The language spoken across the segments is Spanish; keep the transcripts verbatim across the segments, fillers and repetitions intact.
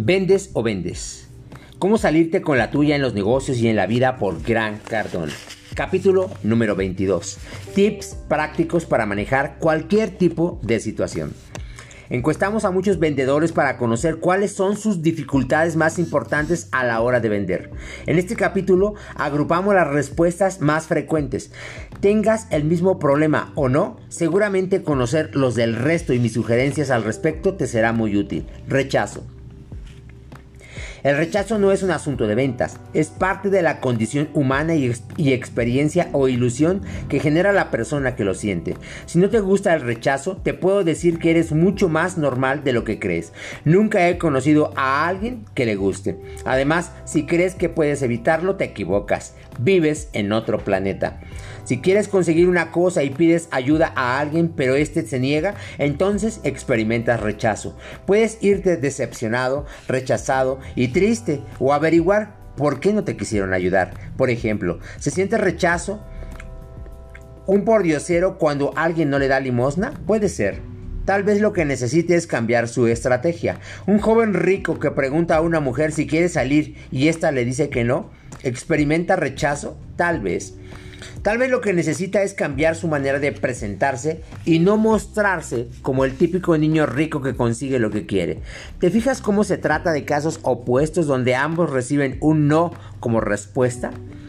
¿Vendes o vendes? ¿Cómo salirte con la tuya en los negocios y en la vida? Por Grant Cardone. Capítulo número veintidós. Tips prácticos para manejar cualquier tipo de situación. Encuestamos a muchos vendedores para conocer cuáles son sus dificultades más importantes a la hora de vender. En este capítulo agrupamos las respuestas más frecuentes. Tengas el mismo problema o no, seguramente conocer los del resto y mis sugerencias al respecto te será muy útil. Rechazo. El rechazo no es un asunto de ventas, es parte de la condición humana y, ex- y experiencia o ilusión que genera la persona que lo siente. Si no te gusta el rechazo, te puedo decir que eres mucho más normal de lo que crees. Nunca he conocido a alguien que le guste. Además, si crees que puedes evitarlo, te equivocas. Vives en otro planeta. Si quieres conseguir una cosa y pides ayuda a alguien, pero éste se niega, entonces experimentas rechazo. Puedes irte decepcionado, rechazado y triste, o averiguar por qué no te quisieron ayudar. Por ejemplo, ¿se siente rechazo un pordiosero cuando alguien no le da limosna? Puede ser. Tal vez lo que necesite es cambiar su estrategia. Un joven rico que pregunta a una mujer si quiere salir y ésta le dice que no, ¿experimenta rechazo? Tal vez. Tal vez lo que necesita es cambiar su manera de presentarse y no mostrarse como el típico niño rico que consigue lo que quiere. ¿Te fijas cómo se trata de casos opuestos donde ambos reciben un no como respuesta?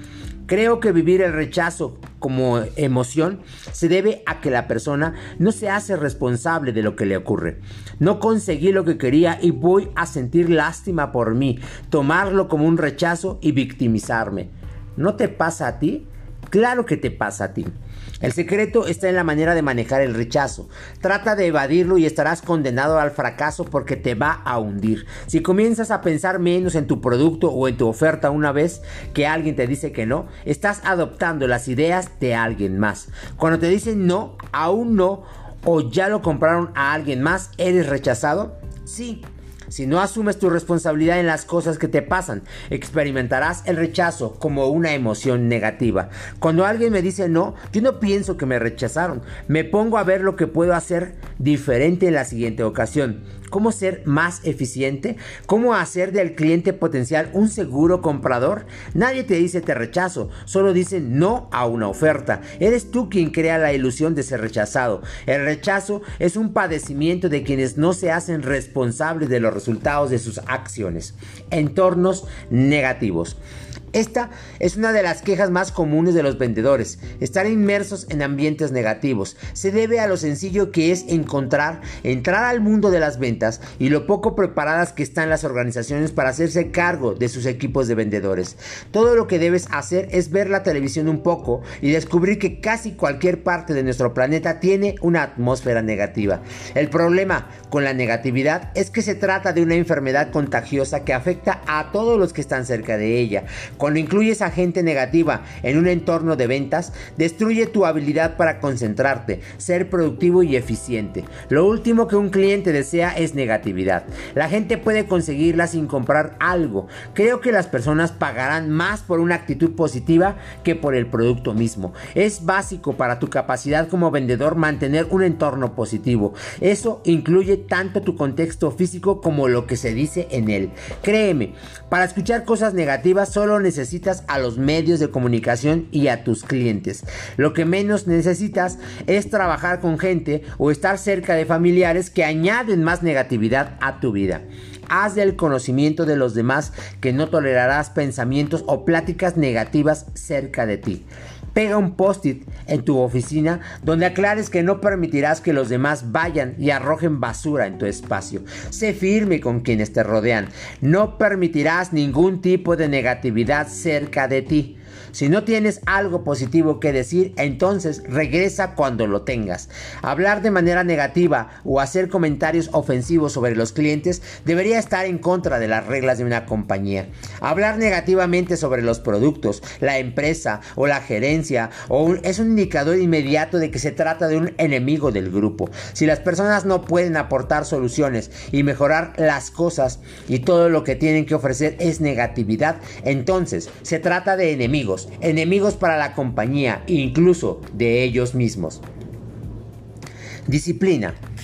Creo que vivir el rechazo como emoción se debe a que la persona no se hace responsable de lo que le ocurre. No conseguí lo que quería y voy a sentir lástima por mí, tomarlo como un rechazo y victimizarme. ¿No te pasa a ti? Claro que te pasa a ti. El secreto está en la manera de manejar el rechazo. Trata de evadirlo y estarás condenado al fracaso porque te va a hundir. Si comienzas a pensar menos en tu producto o en tu oferta una vez que alguien te dice que no, estás adoptando las ideas de alguien más. Cuando te dicen no, aún no, o ya lo compraron a alguien más, ¿eres rechazado? Sí. Si no asumes tu responsabilidad en las cosas que te pasan, experimentarás el rechazo como una emoción negativa. Cuando alguien me dice no, yo no pienso que me rechazaron. Me pongo a ver lo que puedo hacer diferente en la siguiente ocasión. ¿Cómo ser más eficiente? ¿Cómo hacer del cliente potencial un seguro comprador? Nadie te dice te rechazo, solo dicen no a una oferta. Eres tú quien crea la ilusión de ser rechazado. El rechazo es un padecimiento de quienes no se hacen responsables de los resultados de sus acciones. Entornos negativos. Esta es una de las quejas más comunes de los vendedores, estar inmersos en ambientes negativos. Se debe a lo sencillo que es encontrar, entrar al mundo de las ventas y lo poco preparadas que están las organizaciones para hacerse cargo de sus equipos de vendedores. Todo lo que debes hacer es ver la televisión un poco y descubrir que casi cualquier parte de nuestro planeta tiene una atmósfera negativa. El problema con la negatividad es que se trata de una enfermedad contagiosa que afecta a todos los que están cerca de ella. Cuando incluyes a gente negativa en un entorno de ventas, destruye tu habilidad para concentrarte, ser productivo y eficiente. Lo último que un cliente desea es negatividad. La gente puede conseguirla sin comprar algo. Creo que las personas pagarán más por una actitud positiva que por el producto mismo. Es básico para tu capacidad como vendedor mantener un entorno positivo. Eso incluye tanto tu contexto físico como lo que se dice en él. Créeme, para escuchar cosas negativas solo necesitas necesitas a los medios de comunicación y a tus clientes. Lo que menos necesitas es trabajar con gente o estar cerca de familiares que añaden más negatividad a tu vida. Haz del conocimiento de los demás que no tolerarás pensamientos o pláticas negativas cerca de ti. Pega un post-it en tu oficina donde aclares que no permitirás que los demás vayan y arrojen basura en tu espacio. Sé firme con quienes te rodean. No permitirás ningún tipo de negatividad cerca de ti. Si no tienes algo positivo que decir, entonces regresa cuando lo tengas. Hablar de manera negativa o hacer comentarios ofensivos sobre los clientes debería estar en contra de las reglas de una compañía. Hablar negativamente sobre los productos, la empresa o la gerencia o un, es un indicador inmediato de que se trata de un enemigo del grupo. Si las personas no pueden aportar soluciones y mejorar las cosas y todo lo que tienen que ofrecer es negatividad, entonces se trata de enemigos. Enemigos para la compañía, incluso de ellos mismos. Disciplina.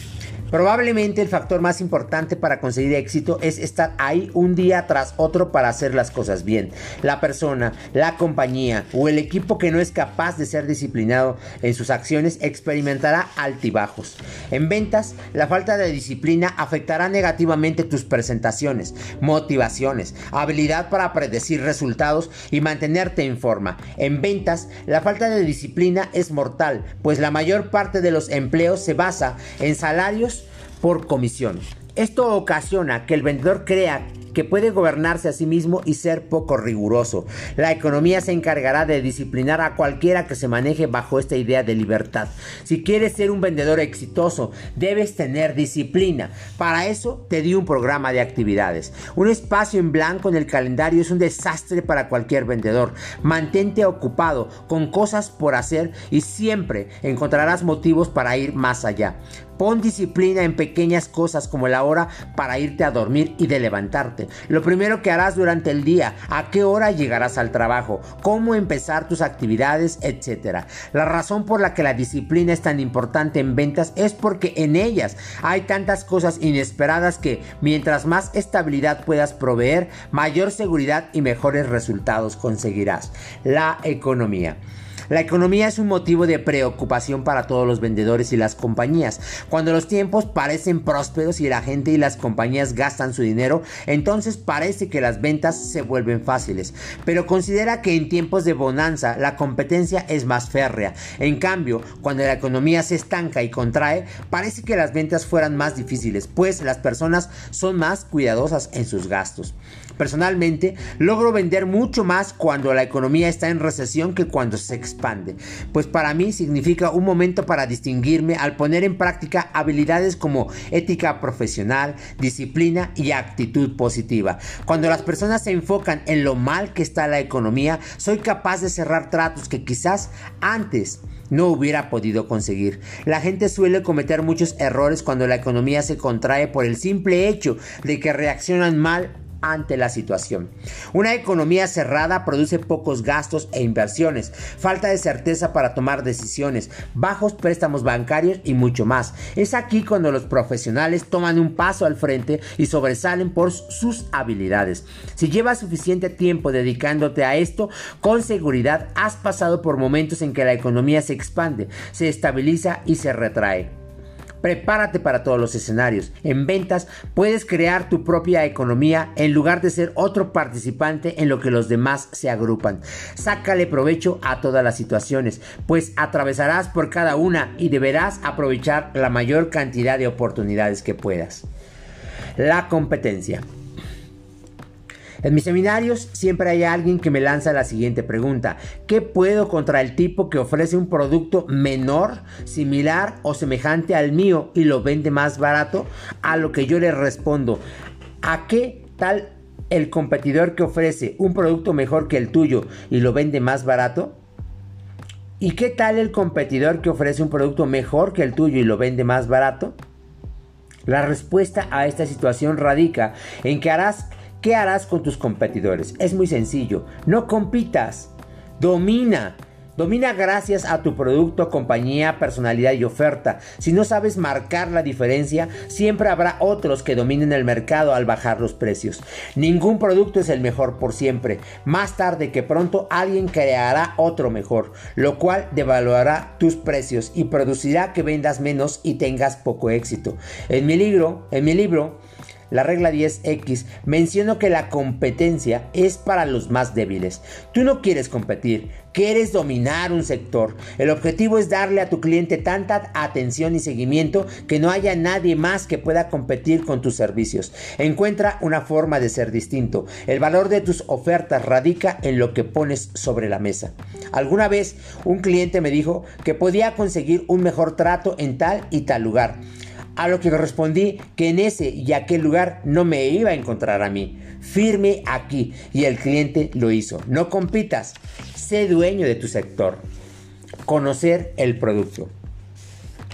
Probablemente el factor más importante para conseguir éxito es estar ahí un día tras otro para hacer las cosas bien. La persona, la compañía o el equipo que no es capaz de ser disciplinado en sus acciones experimentará altibajos. En ventas, la falta de disciplina afectará negativamente tus presentaciones, motivaciones, habilidad para predecir resultados y mantenerte en forma. En ventas, la falta de disciplina es mortal, pues la mayor parte de los empleos se basa en salarios por comisión. Esto ocasiona que el vendedor crea que puede gobernarse a sí mismo y ser poco riguroso. La economía se encargará de disciplinar a cualquiera que se maneje bajo esta idea de libertad. Si quieres ser un vendedor exitoso, debes tener disciplina. Para eso te di un programa de actividades. Un espacio en blanco en el calendario es un desastre para cualquier vendedor. Mantente ocupado con cosas por hacer y siempre encontrarás motivos para ir más allá. Pon disciplina en pequeñas cosas como la hora para irte a dormir y de levantarte. Lo primero que harás durante el día, a qué hora llegarás al trabajo, cómo empezar tus actividades, etcétera. La razón por la que la disciplina es tan importante en ventas es porque en ellas hay tantas cosas inesperadas que mientras más estabilidad puedas proveer, mayor seguridad y mejores resultados conseguirás. La economía. La economía es un motivo de preocupación para todos los vendedores y las compañías. Cuando los tiempos parecen prósperos y la gente y las compañías gastan su dinero, entonces parece que las ventas se vuelven fáciles. Pero considera que en tiempos de bonanza la competencia es más férrea. En cambio, cuando la economía se estanca y contrae, parece que las ventas fueran más difíciles, pues las personas son más cuidadosas en sus gastos. Personalmente, logro vender mucho más cuando la economía está en recesión que cuando se expande, pues para mí significa un momento para distinguirme al poner en práctica habilidades como ética profesional, disciplina y actitud positiva. Cuando las personas se enfocan en lo mal que está la economía, soy capaz de cerrar tratos que quizás antes no hubiera podido conseguir. La gente suele cometer muchos errores cuando la economía se contrae por el simple hecho de que reaccionan mal ante la situación. Una economía cerrada produce pocos gastos e inversiones, falta de certeza para tomar decisiones, bajos préstamos bancarios y mucho más. Es aquí cuando los profesionales toman un paso al frente y sobresalen por sus habilidades. Si llevas suficiente tiempo dedicándote a esto, con seguridad has pasado por momentos en que la economía se expande, se estabiliza y se retrae. Prepárate para todos los escenarios. En ventas puedes crear tu propia economía en lugar de ser otro participante en lo que los demás se agrupan. Sácale provecho a todas las situaciones, pues atravesarás por cada una y deberás aprovechar la mayor cantidad de oportunidades que puedas. La competencia. En mis seminarios siempre hay alguien que me lanza la siguiente pregunta: ¿qué puedo contra el tipo que ofrece un producto menor, similar o semejante al mío y lo vende más barato? A lo que yo le respondo: ¿a qué tal el competidor que ofrece un producto mejor que el tuyo y lo vende más barato? ¿Y qué tal el competidor que ofrece un producto mejor que el tuyo y lo vende más barato? La respuesta a esta situación radica en que harás ¿Qué harás con tus competidores? Es muy sencillo. No compitas. Domina. Domina gracias a tu producto, compañía, personalidad y oferta. Si no sabes marcar la diferencia, siempre habrá otros que dominen el mercado al bajar los precios. Ningún producto es el mejor por siempre. Más tarde que pronto alguien creará otro mejor, lo cual devaluará tus precios y producirá que vendas menos y tengas poco éxito. En mi libro, en mi libro, La regla diez equis, menciono que la competencia es para los más débiles. Tú no quieres competir, quieres dominar un sector. El objetivo es darle a tu cliente tanta atención y seguimiento que no haya nadie más que pueda competir con tus servicios. Encuentra una forma de ser distinto. El valor de tus ofertas radica en lo que pones sobre la mesa. Alguna vez un cliente me dijo que podía conseguir un mejor trato en tal y tal lugar. A lo que respondí que en ese y aquel lugar no me iba a encontrar a mí. Firme aquí, y el cliente lo hizo. No compitas, sé dueño de tu sector. Conocer el producto.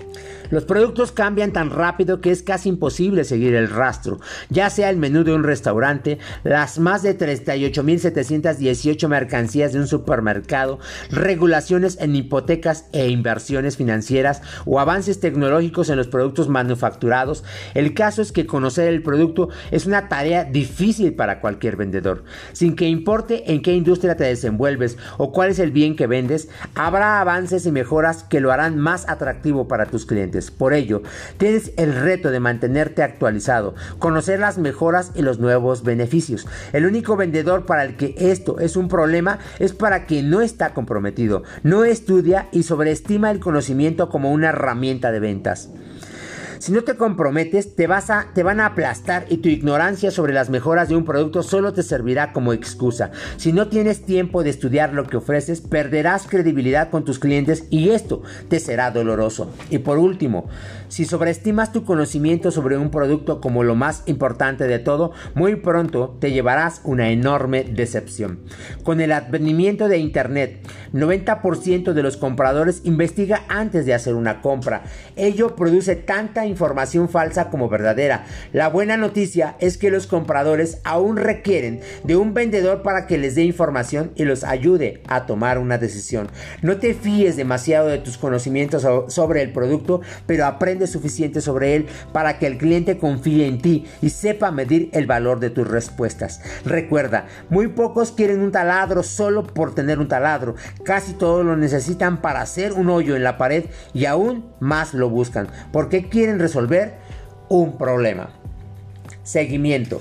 Los productos cambian tan rápido que es casi imposible seguir el rastro, ya sea el menú de un restaurante, las más de treinta y ocho mil setecientas dieciocho mercancías de un supermercado, regulaciones en hipotecas e inversiones financieras o avances tecnológicos en los productos manufacturados. El caso es que conocer el producto es una tarea difícil para cualquier vendedor. Sin que importe en qué industria te desenvuelves o cuál es el bien que vendes, habrá avances y mejoras que lo harán más atractivo para tus clientes. Por ello, tienes el reto de mantenerte actualizado, conocer las mejoras y los nuevos beneficios. El único vendedor para el que esto es un problema es para quien no está comprometido, no estudia y sobreestima el conocimiento como una herramienta de ventas. Si no te comprometes, te, vas a, te van a aplastar y tu ignorancia sobre las mejoras de un producto solo te servirá como excusa. Si no tienes tiempo de estudiar lo que ofreces, perderás credibilidad con tus clientes y esto te será doloroso. Y por último, si sobreestimas tu conocimiento sobre un producto como lo más importante de todo, muy pronto te llevarás una enorme decepción. Con el advenimiento de Internet, noventa por ciento de los compradores investiga antes de hacer una compra. Ello produce tanta información falsa como verdadera. La buena noticia es que los compradores aún requieren de un vendedor para que les dé información y los ayude a tomar una decisión. No te fíes demasiado de tus conocimientos sobre el producto, pero aprende suficiente sobre él para que el cliente confíe en ti y sepa medir el valor de tus respuestas. Recuerda, muy pocos quieren un taladro solo por tener un taladro. Casi todos lo necesitan para hacer un hoyo en la pared y aún más lo buscan porque quieren resolver un problema. Seguimiento.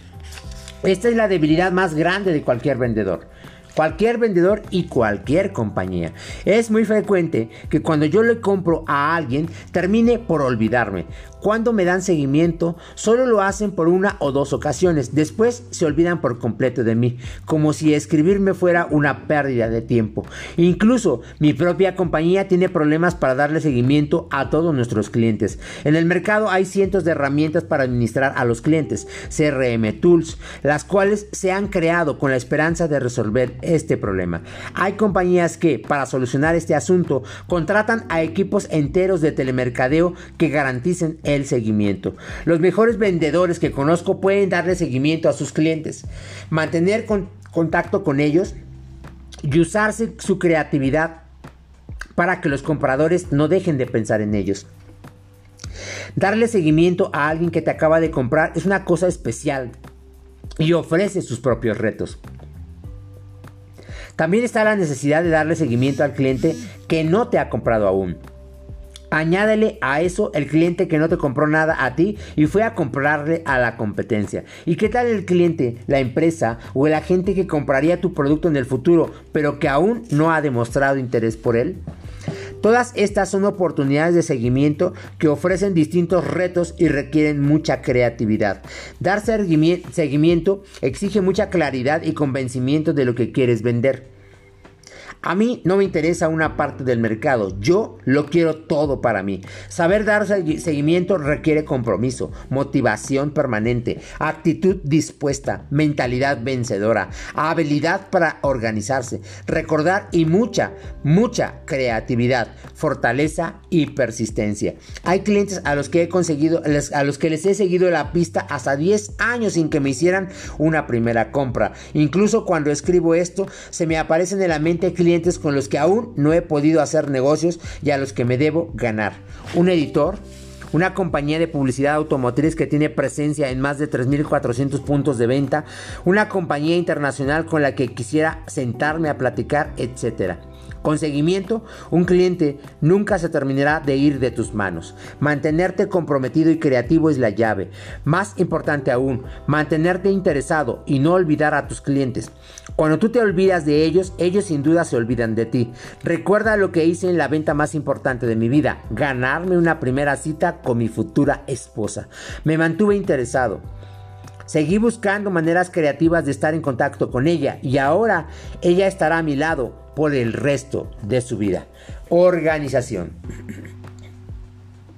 Esta es la debilidad más grande de cualquier vendedor. Cualquier vendedor y cualquier compañía. Es muy frecuente que cuando yo le compro a alguien termine por olvidarme. Cuando me dan seguimiento, solo lo hacen por una o dos ocasiones. Después se olvidan por completo de mí, como si escribirme fuera una pérdida de tiempo. Incluso mi propia compañía tiene problemas para darle seguimiento a todos nuestros clientes. En el mercado hay cientos de herramientas para administrar a los clientes, C R M Tools, las cuales se han creado con la esperanza de resolver este problema. Hay compañías que, para solucionar este asunto, contratan a equipos enteros de telemercadeo que garanticen el seguimiento. Los mejores vendedores que conozco pueden darle seguimiento a sus clientes, mantener con, contacto con ellos y usarse su creatividad para que los compradores no dejen de pensar en ellos. Darle seguimiento a alguien que te acaba de comprar es una cosa especial y ofrece sus propios retos. También está la necesidad de darle seguimiento al cliente que no te ha comprado aún. Añádele a eso el cliente que no te compró nada a ti y fue a comprarle a la competencia. ¿Y qué tal el cliente, la empresa o el agente que compraría tu producto en el futuro, pero que aún no ha demostrado interés por él? Todas estas son oportunidades de seguimiento que ofrecen distintos retos y requieren mucha creatividad. Dar seguimiento exige mucha claridad y convencimiento de lo que quieres vender. A mí no me interesa una parte del mercado, yo lo quiero todo para mí. Saber dar seguimiento requiere compromiso, motivación permanente, actitud dispuesta, mentalidad vencedora, habilidad para organizarse, recordar y mucha, mucha creatividad, fortaleza y persistencia. Hay clientes a los que he conseguido, a los que les he seguido la pista hasta diez años sin que me hicieran una primera compra. Incluso cuando escribo esto, se me aparecen en la mente clientes con los que aún no he podido hacer negocios y a los que me debo ganar. Un editor, una compañía de publicidad automotriz que tiene presencia en más de tres mil cuatrocientos puntos de venta, una compañía internacional con la que quisiera sentarme a platicar, etcétera. Con seguimiento, un cliente nunca se terminará de ir de tus manos. Mantenerte comprometido y creativo es la llave. Más importante aún, mantenerte interesado y no olvidar a tus clientes. Cuando tú te olvidas de ellos, ellos sin duda se olvidan de ti. Recuerda lo que hice en la venta más importante de mi vida: ganarme una primera cita con mi futura esposa. Me mantuve interesado. Seguí buscando maneras creativas de estar en contacto con ella y ahora ella estará a mi lado por el resto de su vida. Organización.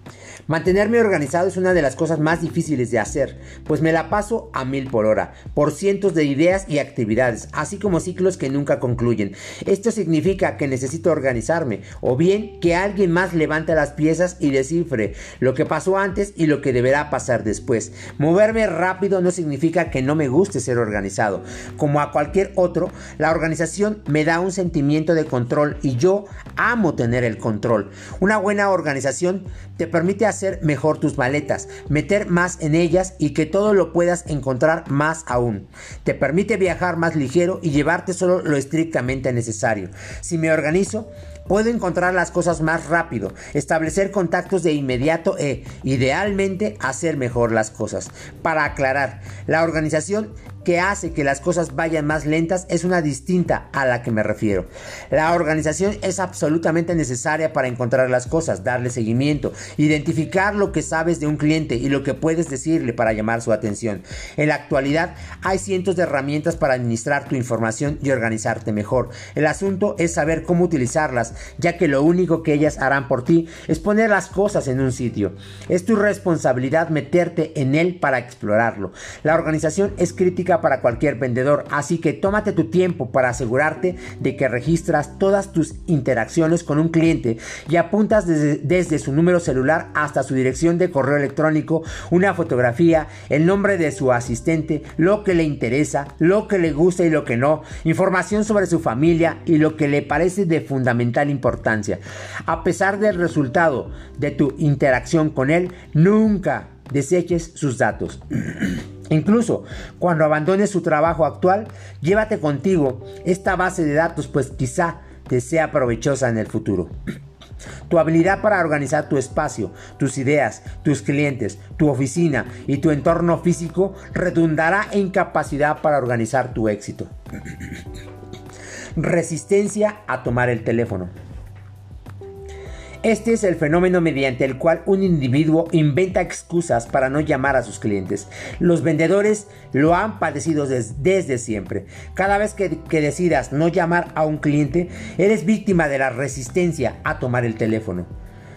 Mantenerme organizado es una de las cosas más difíciles de hacer, pues me la paso a mil por hora, por cientos de ideas y actividades, así como ciclos que nunca concluyen. Esto significa que necesito organizarme, o bien que alguien más levante las piezas y descifre lo que pasó antes y lo que deberá pasar después. Moverme rápido no significa que no me guste ser organizado. Como a cualquier otro, la organización me da un sentimiento de control y yo amo tener el control. Una buena organización te permite hacer mejor tus maletas, meter más en ellas y que todo lo puedas encontrar más aún. Te permite viajar más ligero y llevarte solo lo estrictamente necesario. Si me organizo, puedo encontrar las cosas más rápido, establecer contactos de inmediato e, idealmente, hacer mejor las cosas. Para aclarar, la organización que hace que las cosas vayan más lentas es una distinta a la que me refiero. La organización es absolutamente necesaria para encontrar las cosas, darle seguimiento, identificar lo que sabes de un cliente y lo que puedes decirle para llamar su atención. En la actualidad hay cientos de herramientas para administrar tu información y organizarte mejor. El asunto es saber cómo utilizarlas, ya que lo único que ellas harán por ti es poner las cosas en un sitio. Es tu responsabilidad meterte en él para explorarlo. La organización es crítica para cualquier vendedor, así que tómate tu tiempo para asegurarte de que registras todas tus interacciones con un cliente y apuntas desde, desde su número celular hasta su dirección de correo electrónico, una fotografía, el nombre de su asistente, lo que le interesa, lo que le gusta y lo que no, información sobre su familia y lo que le parece de fundamental importancia. A pesar del resultado de tu interacción con él, nunca deseches sus datos. Incluso cuando abandones su trabajo actual, llévate contigo esta base de datos, pues quizá te sea provechosa en el futuro. Tu habilidad para organizar tu espacio, tus ideas, tus clientes, tu oficina y tu entorno físico redundará en capacidad para organizar tu éxito. Resistencia a tomar el teléfono. Este es el fenómeno mediante el cual un individuo inventa excusas para no llamar a sus clientes. Los vendedores lo han padecido des- desde siempre. Cada vez que, que decidas no llamar a un cliente, eres víctima de la resistencia a tomar el teléfono.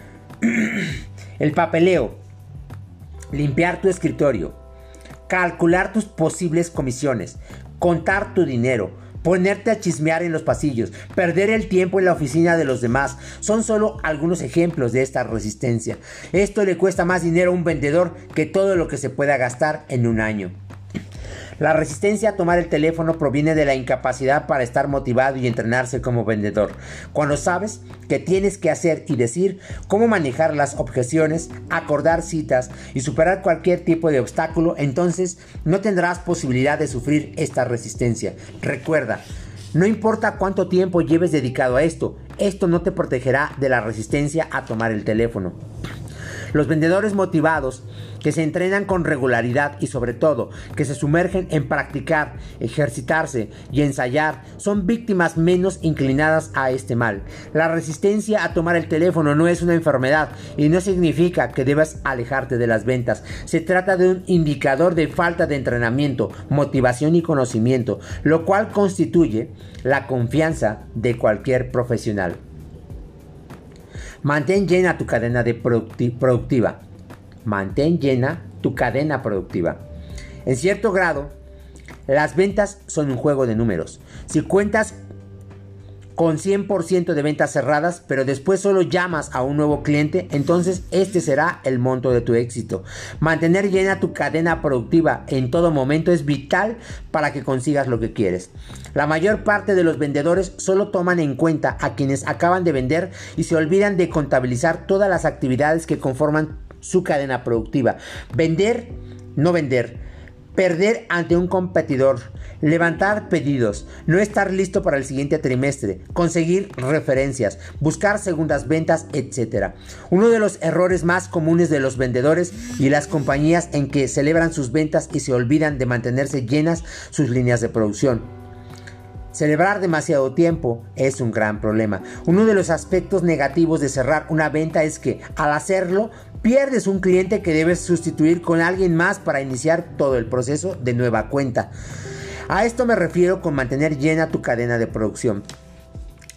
El papeleo, limpiar tu escritorio, calcular tus posibles comisiones, contar tu dinero, ponerte a chismear en los pasillos, perder el tiempo en la oficina de los demás, son solo algunos ejemplos de esta resistencia. Esto le cuesta más dinero a un vendedor que todo lo que se pueda gastar en un año. La resistencia a tomar el teléfono proviene de la incapacidad para estar motivado y entrenarse como vendedor. Cuando sabes qué tienes que hacer y decir, cómo manejar las objeciones, acordar citas y superar cualquier tipo de obstáculo, entonces no tendrás posibilidad de sufrir esta resistencia. Recuerda, no importa cuánto tiempo lleves dedicado a esto, esto no te protegerá de la resistencia a tomar el teléfono. Los vendedores motivados, que se entrenan con regularidad y sobre todo que se sumergen en practicar, ejercitarse y ensayar, son víctimas menos inclinadas a este mal. La resistencia a tomar el teléfono no es una enfermedad y no significa que debas alejarte de las ventas. Se trata de un indicador de falta de entrenamiento, motivación y conocimiento, lo cual constituye la confianza de cualquier profesional. Mantén llena tu cadena de producti- productiva. Mantén llena tu cadena productiva. En cierto grado, las ventas son un juego de números. Si cuentas con cien por ciento de ventas cerradas, pero después solo llamas a un nuevo cliente, entonces este será el monto de tu éxito. Mantener llena tu cadena productiva en todo momento es vital para que consigas lo que quieres. La mayor parte de los vendedores solo toman en cuenta a quienes acaban de vender y se olvidan de contabilizar todas las actividades que conforman su cadena productiva. Vender, no vender. Perder ante un competidor, levantar pedidos, no estar listo para el siguiente trimestre, conseguir referencias, buscar segundas ventas, etcétera. Uno de los errores más comunes de los vendedores y las compañías en que celebran sus ventas y se olvidan de mantenerse llenas sus líneas de producción. Celebrar demasiado tiempo es un gran problema. Uno de los aspectos negativos de cerrar una venta es que, al hacerlo, pierdes un cliente que debes sustituir con alguien más para iniciar todo el proceso de nueva cuenta. A esto me refiero con mantener llena tu cadena de producción.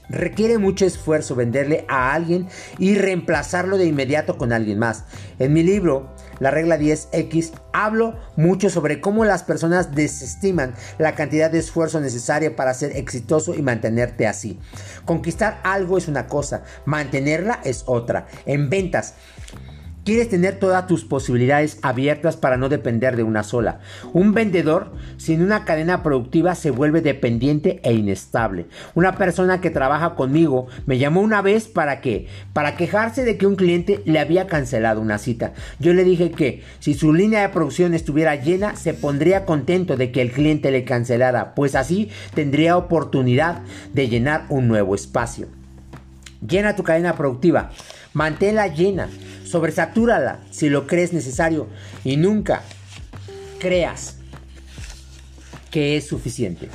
Requiere mucho esfuerzo venderle a alguien y reemplazarlo de inmediato con alguien más. En mi libro, La regla diez equis, hablo mucho sobre cómo las personas desestiman la cantidad de esfuerzo necesaria para ser exitoso y mantenerte así. Conquistar algo es una cosa, mantenerla es otra. En ventas, quieres tener todas tus posibilidades abiertas para no depender de una sola. Un vendedor sin una cadena productiva se vuelve dependiente e inestable. Una persona que trabaja conmigo me llamó una vez para qué, para quejarse de que un cliente le había cancelado una cita. Yo le dije que si su línea de producción estuviera llena, se pondría contento de que el cliente le cancelara, pues así tendría oportunidad de llenar un nuevo espacio. Llena tu cadena productiva, manténla llena. Sobresatúrala si lo crees necesario y nunca creas que es suficiente.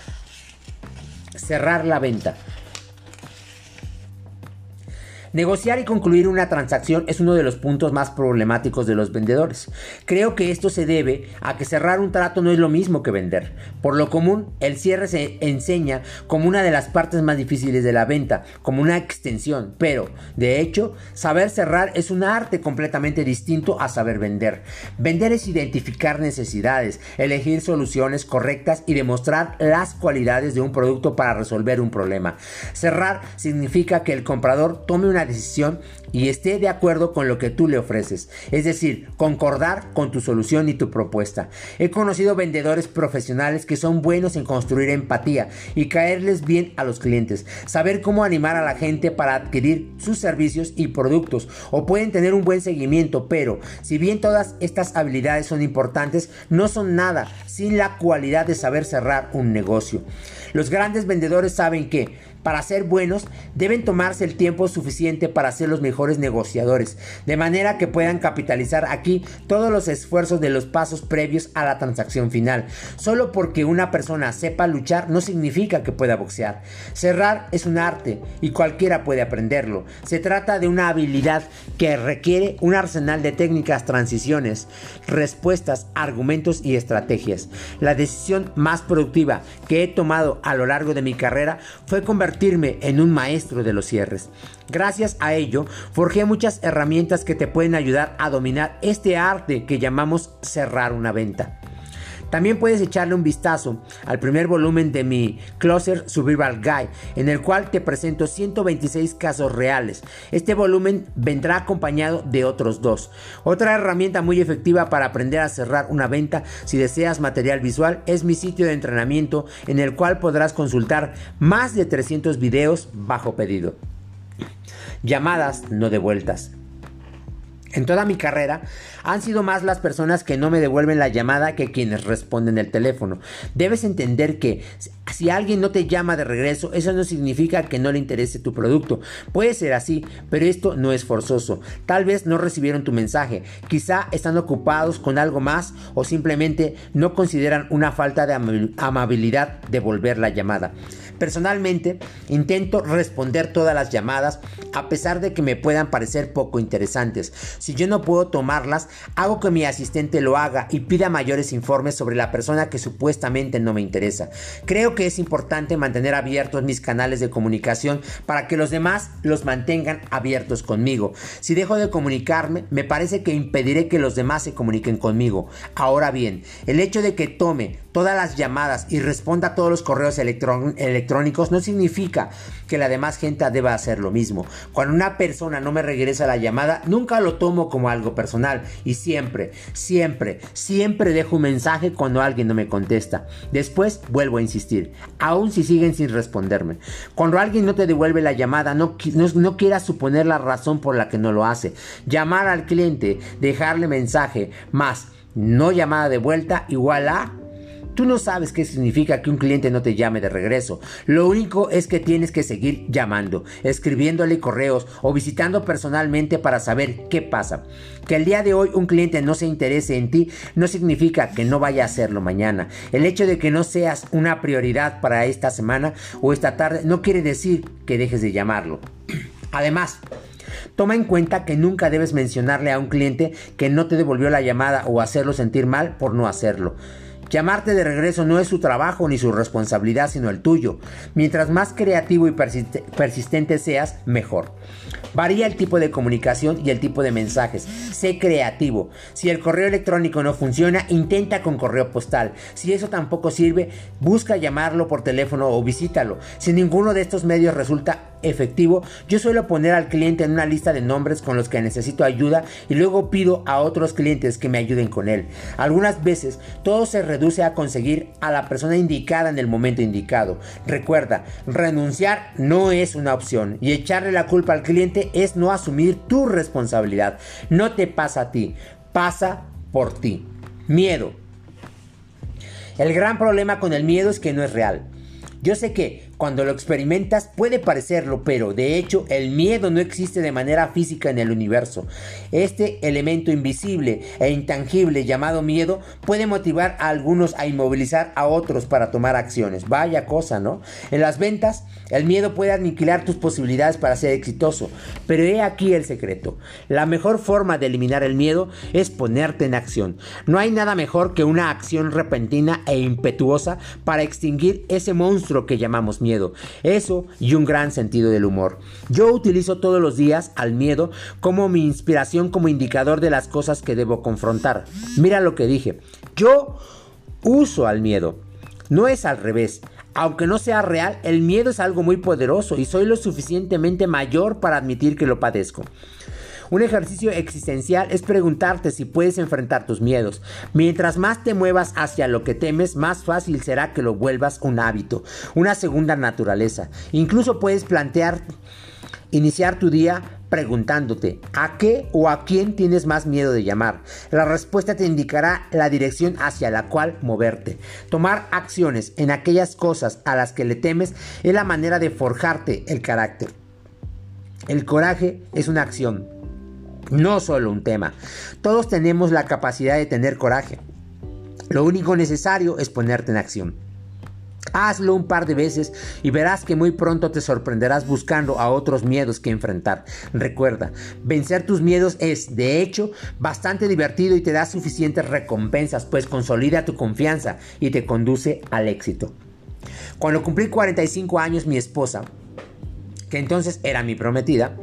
Cerrar la venta. Negociar y concluir una transacción es uno de los puntos más problemáticos de los vendedores. Creo que esto se debe a que cerrar un trato no es lo mismo que vender. Por lo común, el cierre se enseña como una de las partes más difíciles de la venta, como una extensión, pero, de hecho, saber cerrar es un arte completamente distinto a saber vender. Vender es identificar necesidades, elegir soluciones correctas y demostrar las cualidades de un producto para resolver un problema. Cerrar significa que el comprador tome una decisión y esté de acuerdo con lo que tú le ofreces, es decir, concordar con tu solución y tu propuesta. He conocido vendedores profesionales que son buenos en construir empatía y caerles bien a los clientes, saber cómo animar a la gente para adquirir sus servicios y productos, o pueden tener un buen seguimiento, pero si bien todas estas habilidades son importantes, no son nada sin la cualidad de saber cerrar un negocio. Los grandes vendedores saben que para ser buenos, deben tomarse el tiempo suficiente para ser los mejores negociadores, de manera que puedan capitalizar aquí todos los esfuerzos de los pasos previos a la transacción final. Solo porque una persona sepa luchar no significa que pueda boxear. Cerrar es un arte y cualquiera puede aprenderlo. Se trata de una habilidad que requiere un arsenal de técnicas, transiciones, respuestas, argumentos y estrategias. La decisión más productiva que he tomado a lo largo de mi carrera fue convertirme en un maestro de los cierres. Gracias a ello, forjé muchas herramientas que te pueden ayudar a dominar este arte que llamamos cerrar una venta. También puedes echarle un vistazo al primer volumen de mi Closer Survival Guide, en el cual te presento ciento veintiséis casos reales. Este volumen vendrá acompañado de otros dos. Otra herramienta muy efectiva para aprender a cerrar una venta, si deseas material visual, es mi sitio de entrenamiento, en el cual podrás consultar más de trescientos videos bajo pedido. Llamadas no devueltas. En toda mi carrera, han sido más las personas que no me devuelven la llamada que quienes responden el teléfono. Debes entender que si alguien no te llama de regreso, eso no significa que no le interese tu producto. Puede ser así, pero esto no es forzoso. Tal vez no recibieron tu mensaje, quizá están ocupados con algo más o simplemente no consideran una falta de am- amabilidad devolver la llamada. Personalmente, intento responder todas las llamadas a pesar de que me puedan parecer poco interesantes. Si yo no puedo tomarlas, hago que mi asistente lo haga y pida mayores informes sobre la persona que supuestamente no me interesa. Creo que es importante mantener abiertos mis canales de comunicación para que los demás los mantengan abiertos conmigo. Si dejo de comunicarme, me parece que impediré que los demás se comuniquen conmigo. Ahora bien, el hecho de que tome todas las llamadas y responda a todos los correos electrón- electrónicos no significa que la demás gente deba hacer lo mismo. Cuando una persona no me regresa la llamada, nunca lo tomo como algo personal y siempre, siempre, siempre dejo un mensaje cuando alguien no me contesta. Después vuelvo a insistir, aun si siguen sin responderme. Cuando alguien no te devuelve la llamada, no, no, no quieras suponer la razón por la que no lo hace. Llamar al cliente, dejarle mensaje, más no llamada de vuelta, igual a... Tú no sabes qué significa que un cliente no te llame de regreso. Lo único es que tienes que seguir llamando, escribiéndole correos o visitando personalmente para saber qué pasa. Que el día de hoy un cliente no se interese en ti no significa que no vaya a hacerlo mañana. El hecho de que no seas una prioridad para esta semana o esta tarde no quiere decir que dejes de llamarlo. Además, toma en cuenta que nunca debes mencionarle a un cliente que no te devolvió la llamada o hacerlo sentir mal por no hacerlo. Llamarte de regreso no es su trabajo ni su responsabilidad, sino el tuyo. Mientras más creativo y persiste- persistente seas, mejor. Varía el tipo de comunicación y el tipo de mensajes. Sé creativo. Si el correo electrónico no funciona, intenta con correo postal. Si eso tampoco sirve, busca llamarlo por teléfono o visítalo. Si ninguno de estos medios resulta efectivo, yo suelo poner al cliente en una lista de nombres con los que necesito ayuda y luego pido a otros clientes que me ayuden con él. Algunas veces todo se reduce a conseguir a la persona indicada en el momento indicado. Recuerda, renunciar no es una opción y echarle la culpa al cliente es no asumir tu responsabilidad. No te pasa a ti, pasa por ti. Miedo. El gran problema con el miedo es que no es real. Yo sé que cuando lo experimentas puede parecerlo, pero de hecho el miedo no existe de manera física en el universo. Este elemento invisible e intangible llamado miedo puede motivar a algunos a inmovilizar a otros para tomar acciones. Vaya cosa, ¿no? En las ventas, el miedo puede aniquilar tus posibilidades para ser exitoso, pero he aquí el secreto. La mejor forma de eliminar el miedo es ponerte en acción. No hay nada mejor que una acción repentina e impetuosa para extinguir ese monstruo que llamamos miedo. Eso y un gran sentido del humor. Yo utilizo todos los días al miedo como mi inspiración, como indicador de las cosas que debo confrontar. Mira lo que dije. Yo uso al miedo. No es al revés. Aunque no sea real, el miedo es algo muy poderoso y soy lo suficientemente mayor para admitir que lo padezco. Un ejercicio existencial es preguntarte si puedes enfrentar tus miedos. Mientras más te muevas hacia lo que temes, más fácil será que lo vuelvas un hábito, una segunda naturaleza. Incluso puedes plantear, iniciar tu día preguntándote ¿a qué o a quién tienes más miedo de llamar? La respuesta te indicará la dirección hacia la cual moverte. Tomar acciones en aquellas cosas a las que le temes es la manera de forjarte el carácter. El coraje es una acción, no solo un tema. Todos tenemos la capacidad de tener coraje. Lo único necesario es ponerte en acción. Hazlo un par de veces y verás que muy pronto te sorprenderás buscando a otros miedos que enfrentar. Recuerda, vencer tus miedos es, de hecho, bastante divertido y te da suficientes recompensas, pues consolida tu confianza y te conduce al éxito. Cuando cumplí cuarenta y cinco años, mi esposa, que entonces era mi prometida,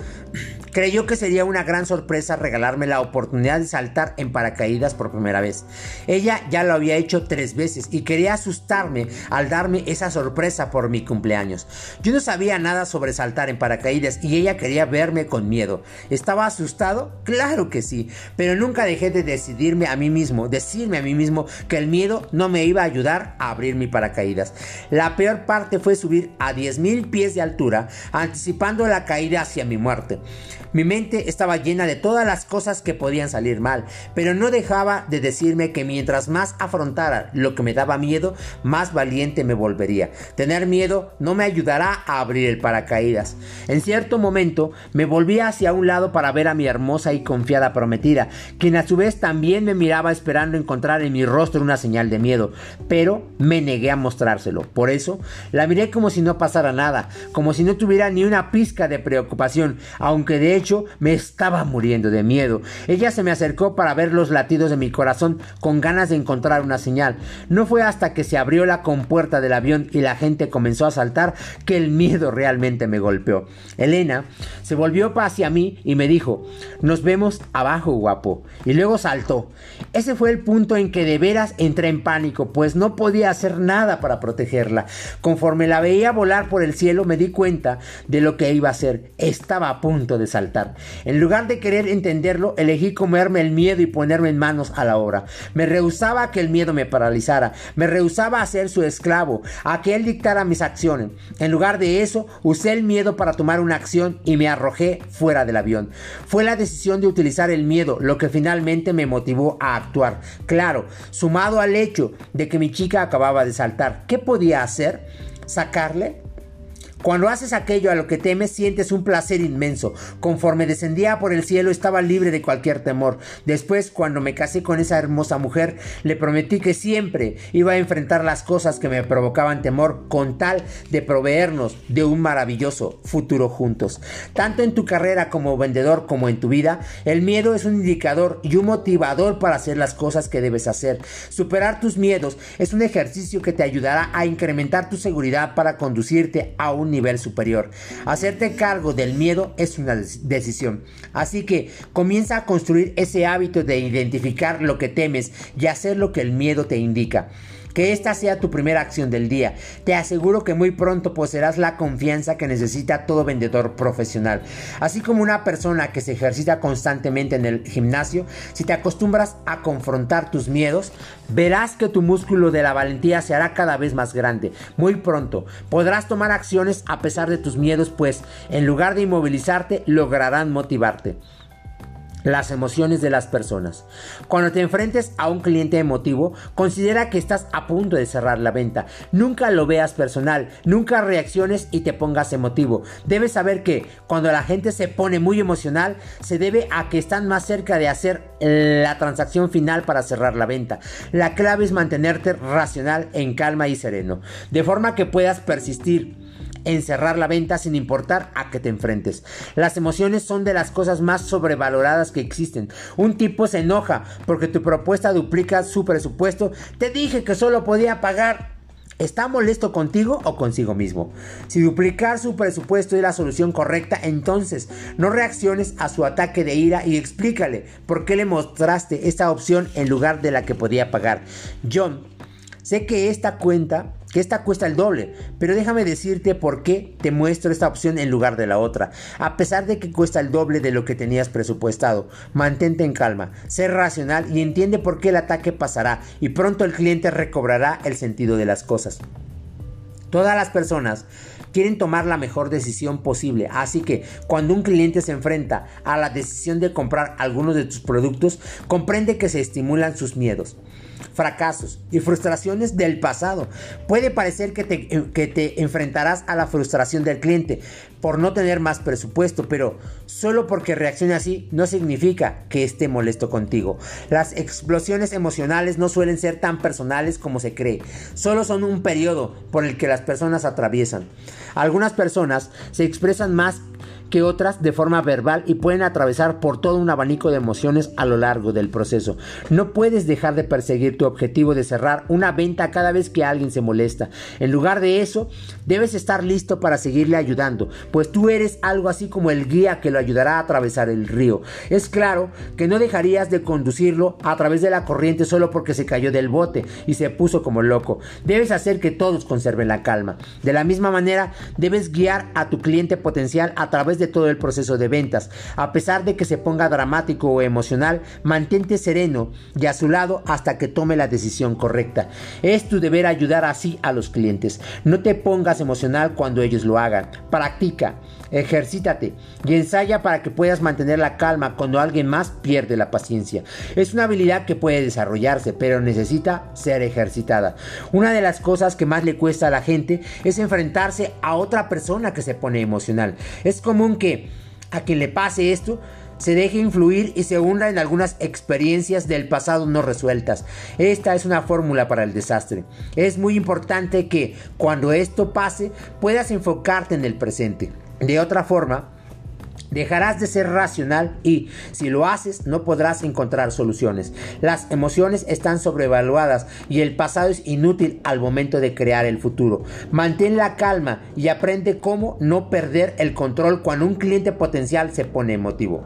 creyó que sería una gran sorpresa regalarme la oportunidad de saltar en paracaídas por primera vez. Ella ya lo había hecho tres veces y quería asustarme al darme esa sorpresa por mi cumpleaños. Yo no sabía nada sobre saltar en paracaídas y ella quería verme con miedo. ¿Estaba asustado? Claro que sí, pero nunca dejé de decidirme a mí mismo, decirme a mí mismo que el miedo no me iba a ayudar a abrir mi paracaídas. La peor parte fue subir a diez mil pies de altura, anticipando la caída hacia mi muerte. Mi mente estaba llena de todas las cosas que podían salir mal, pero no dejaba de decirme que mientras más afrontara lo que me daba miedo, más valiente me volvería. Tener miedo no me ayudará a abrir el paracaídas. En cierto momento me volví hacia un lado para ver a mi hermosa y confiada prometida, quien a su vez también me miraba esperando encontrar en mi rostro una señal de miedo, pero me negué a mostrárselo. Por eso la miré como si no pasara nada, como si no tuviera ni una pizca de preocupación, aunque de hecho me estaba muriendo de miedo. Ella se me acercó para ver los latidos de mi corazón con ganas de encontrar una señal. No fue hasta que se abrió la compuerta del avión y la gente comenzó a saltar que el miedo realmente me golpeó. Elena se volvió hacia mí y me dijo: "Nos vemos abajo, guapo", y luego saltó. Ese fue el punto en que de veras entré en pánico, pues no podía hacer nada para protegerla. Conforme la veía volar por el cielo, me di cuenta de lo que iba a hacer. Estaba a punto de saltar. En lugar de querer entenderlo, elegí comerme el miedo y ponerme en manos a la obra. Me rehusaba a que el miedo me paralizara. Me rehusaba a ser su esclavo, a que él dictara mis acciones. En lugar de eso, usé el miedo para tomar una acción y me arrojé fuera del avión. Fue la decisión de utilizar el miedo lo que finalmente me motivó a actuar. Claro, sumado al hecho de que mi chica acababa de saltar. ¿Qué podía hacer? ¿Sacarle? Cuando haces aquello a lo que temes, sientes un placer inmenso. Conforme descendía por el cielo, estaba libre de cualquier temor. Después, cuando me casé con esa hermosa mujer, le prometí que siempre iba a enfrentar las cosas que me provocaban temor con tal de proveernos de un maravilloso futuro juntos. Tanto en tu carrera como vendedor como en tu vida, el miedo es un indicador y un motivador para hacer las cosas que debes hacer. Superar tus miedos es un ejercicio que te ayudará a incrementar tu seguridad para conducirte a un nivel superior. Hacerte cargo del miedo es una decisión. Así que comienza a construir ese hábito de identificar lo que temes y hacer lo que el miedo te indica. Que esta sea tu primera acción del día. Te aseguro que muy pronto poseerás la confianza que necesita todo vendedor profesional. Así como una persona que se ejercita constantemente en el gimnasio, si te acostumbras a confrontar tus miedos, verás que tu músculo de la valentía se hará cada vez más grande. Muy pronto podrás tomar acciones a pesar de tus miedos, pues en lugar de inmovilizarte, lograrán motivarte. Las emociones de las personas. Cuando te enfrentes a un cliente emotivo, considera que estás a punto de cerrar la venta. Nunca lo veas personal, nunca reacciones y te pongas emotivo. Debes saber que cuando la gente se pone muy emocional, se debe a que están más cerca de hacer la transacción final para cerrar la venta. La clave es mantenerte racional, en calma y sereno, de forma que puedas persistir en cerrar la venta sin importar a qué te enfrentes. Las emociones son de las cosas más sobrevaloradas que existen. Un tipo se enoja porque tu propuesta duplica su presupuesto. Te dije que solo podía pagar. ¿Está molesto contigo o consigo mismo? Si duplicar su presupuesto es la solución correcta, entonces no reacciones a su ataque de ira y explícale por qué le mostraste esta opción en lugar de la que podía pagar. John, sé que esta cuenta que esta cuesta el doble, pero déjame decirte por qué te muestro esta opción en lugar de la otra. A pesar de que cuesta el doble de lo que tenías presupuestado, mantente en calma, sé racional y entiende por qué el ataque pasará y pronto el cliente recobrará el sentido de las cosas. Todas las personas quieren tomar la mejor decisión posible, así que cuando un cliente se enfrenta a la decisión de comprar algunos de tus productos, comprende que se estimulan sus miedos, fracasos y frustraciones del pasado. Puede parecer que te, que te enfrentarás a la frustración del cliente por no tener más presupuesto, pero solo porque reaccione así no significa que esté molesto contigo. Las explosiones emocionales no suelen ser tan personales como se cree, solo son un periodo por el que las personas atraviesan. Algunas personas se expresan más que otras de forma verbal y pueden atravesar por todo un abanico de emociones a lo largo del proceso. No puedes dejar de perseguir tu objetivo de cerrar una venta cada vez que alguien se molesta. En lugar de eso, debes estar listo para seguirle ayudando, pues tú eres algo así como el guía que lo ayudará a atravesar el río. Es claro que no dejarías de conducirlo a través de la corriente solo porque se cayó del bote y se puso como loco. Debes hacer que todos conserven la calma. De la misma manera, debes guiar a tu cliente potencial a través de de todo el proceso de ventas. A pesar de que se ponga dramático o emocional, mantente sereno y a su lado hasta que tome la decisión correcta. Es tu deber ayudar así a los clientes. No te pongas emocional cuando ellos lo hagan. Practica, ejercítate y ensaya para que puedas mantener la calma cuando alguien más pierde la paciencia. Es una habilidad que puede desarrollarse, pero necesita ser ejercitada. Una de las cosas que más le cuesta a la gente es enfrentarse a otra persona que se pone emocional. Es común que a quien le pase esto se deje influir y se hunda en algunas experiencias del pasado no resueltas. Esta es una fórmula para el desastre. Es muy importante que cuando esto pase puedas enfocarte en el presente. De otra forma, dejarás de ser racional y, si lo haces, no podrás encontrar soluciones. Las emociones están sobrevaluadas y el pasado es inútil al momento de crear el futuro. Mantén la calma y aprende cómo no perder el control cuando un cliente potencial se pone emotivo.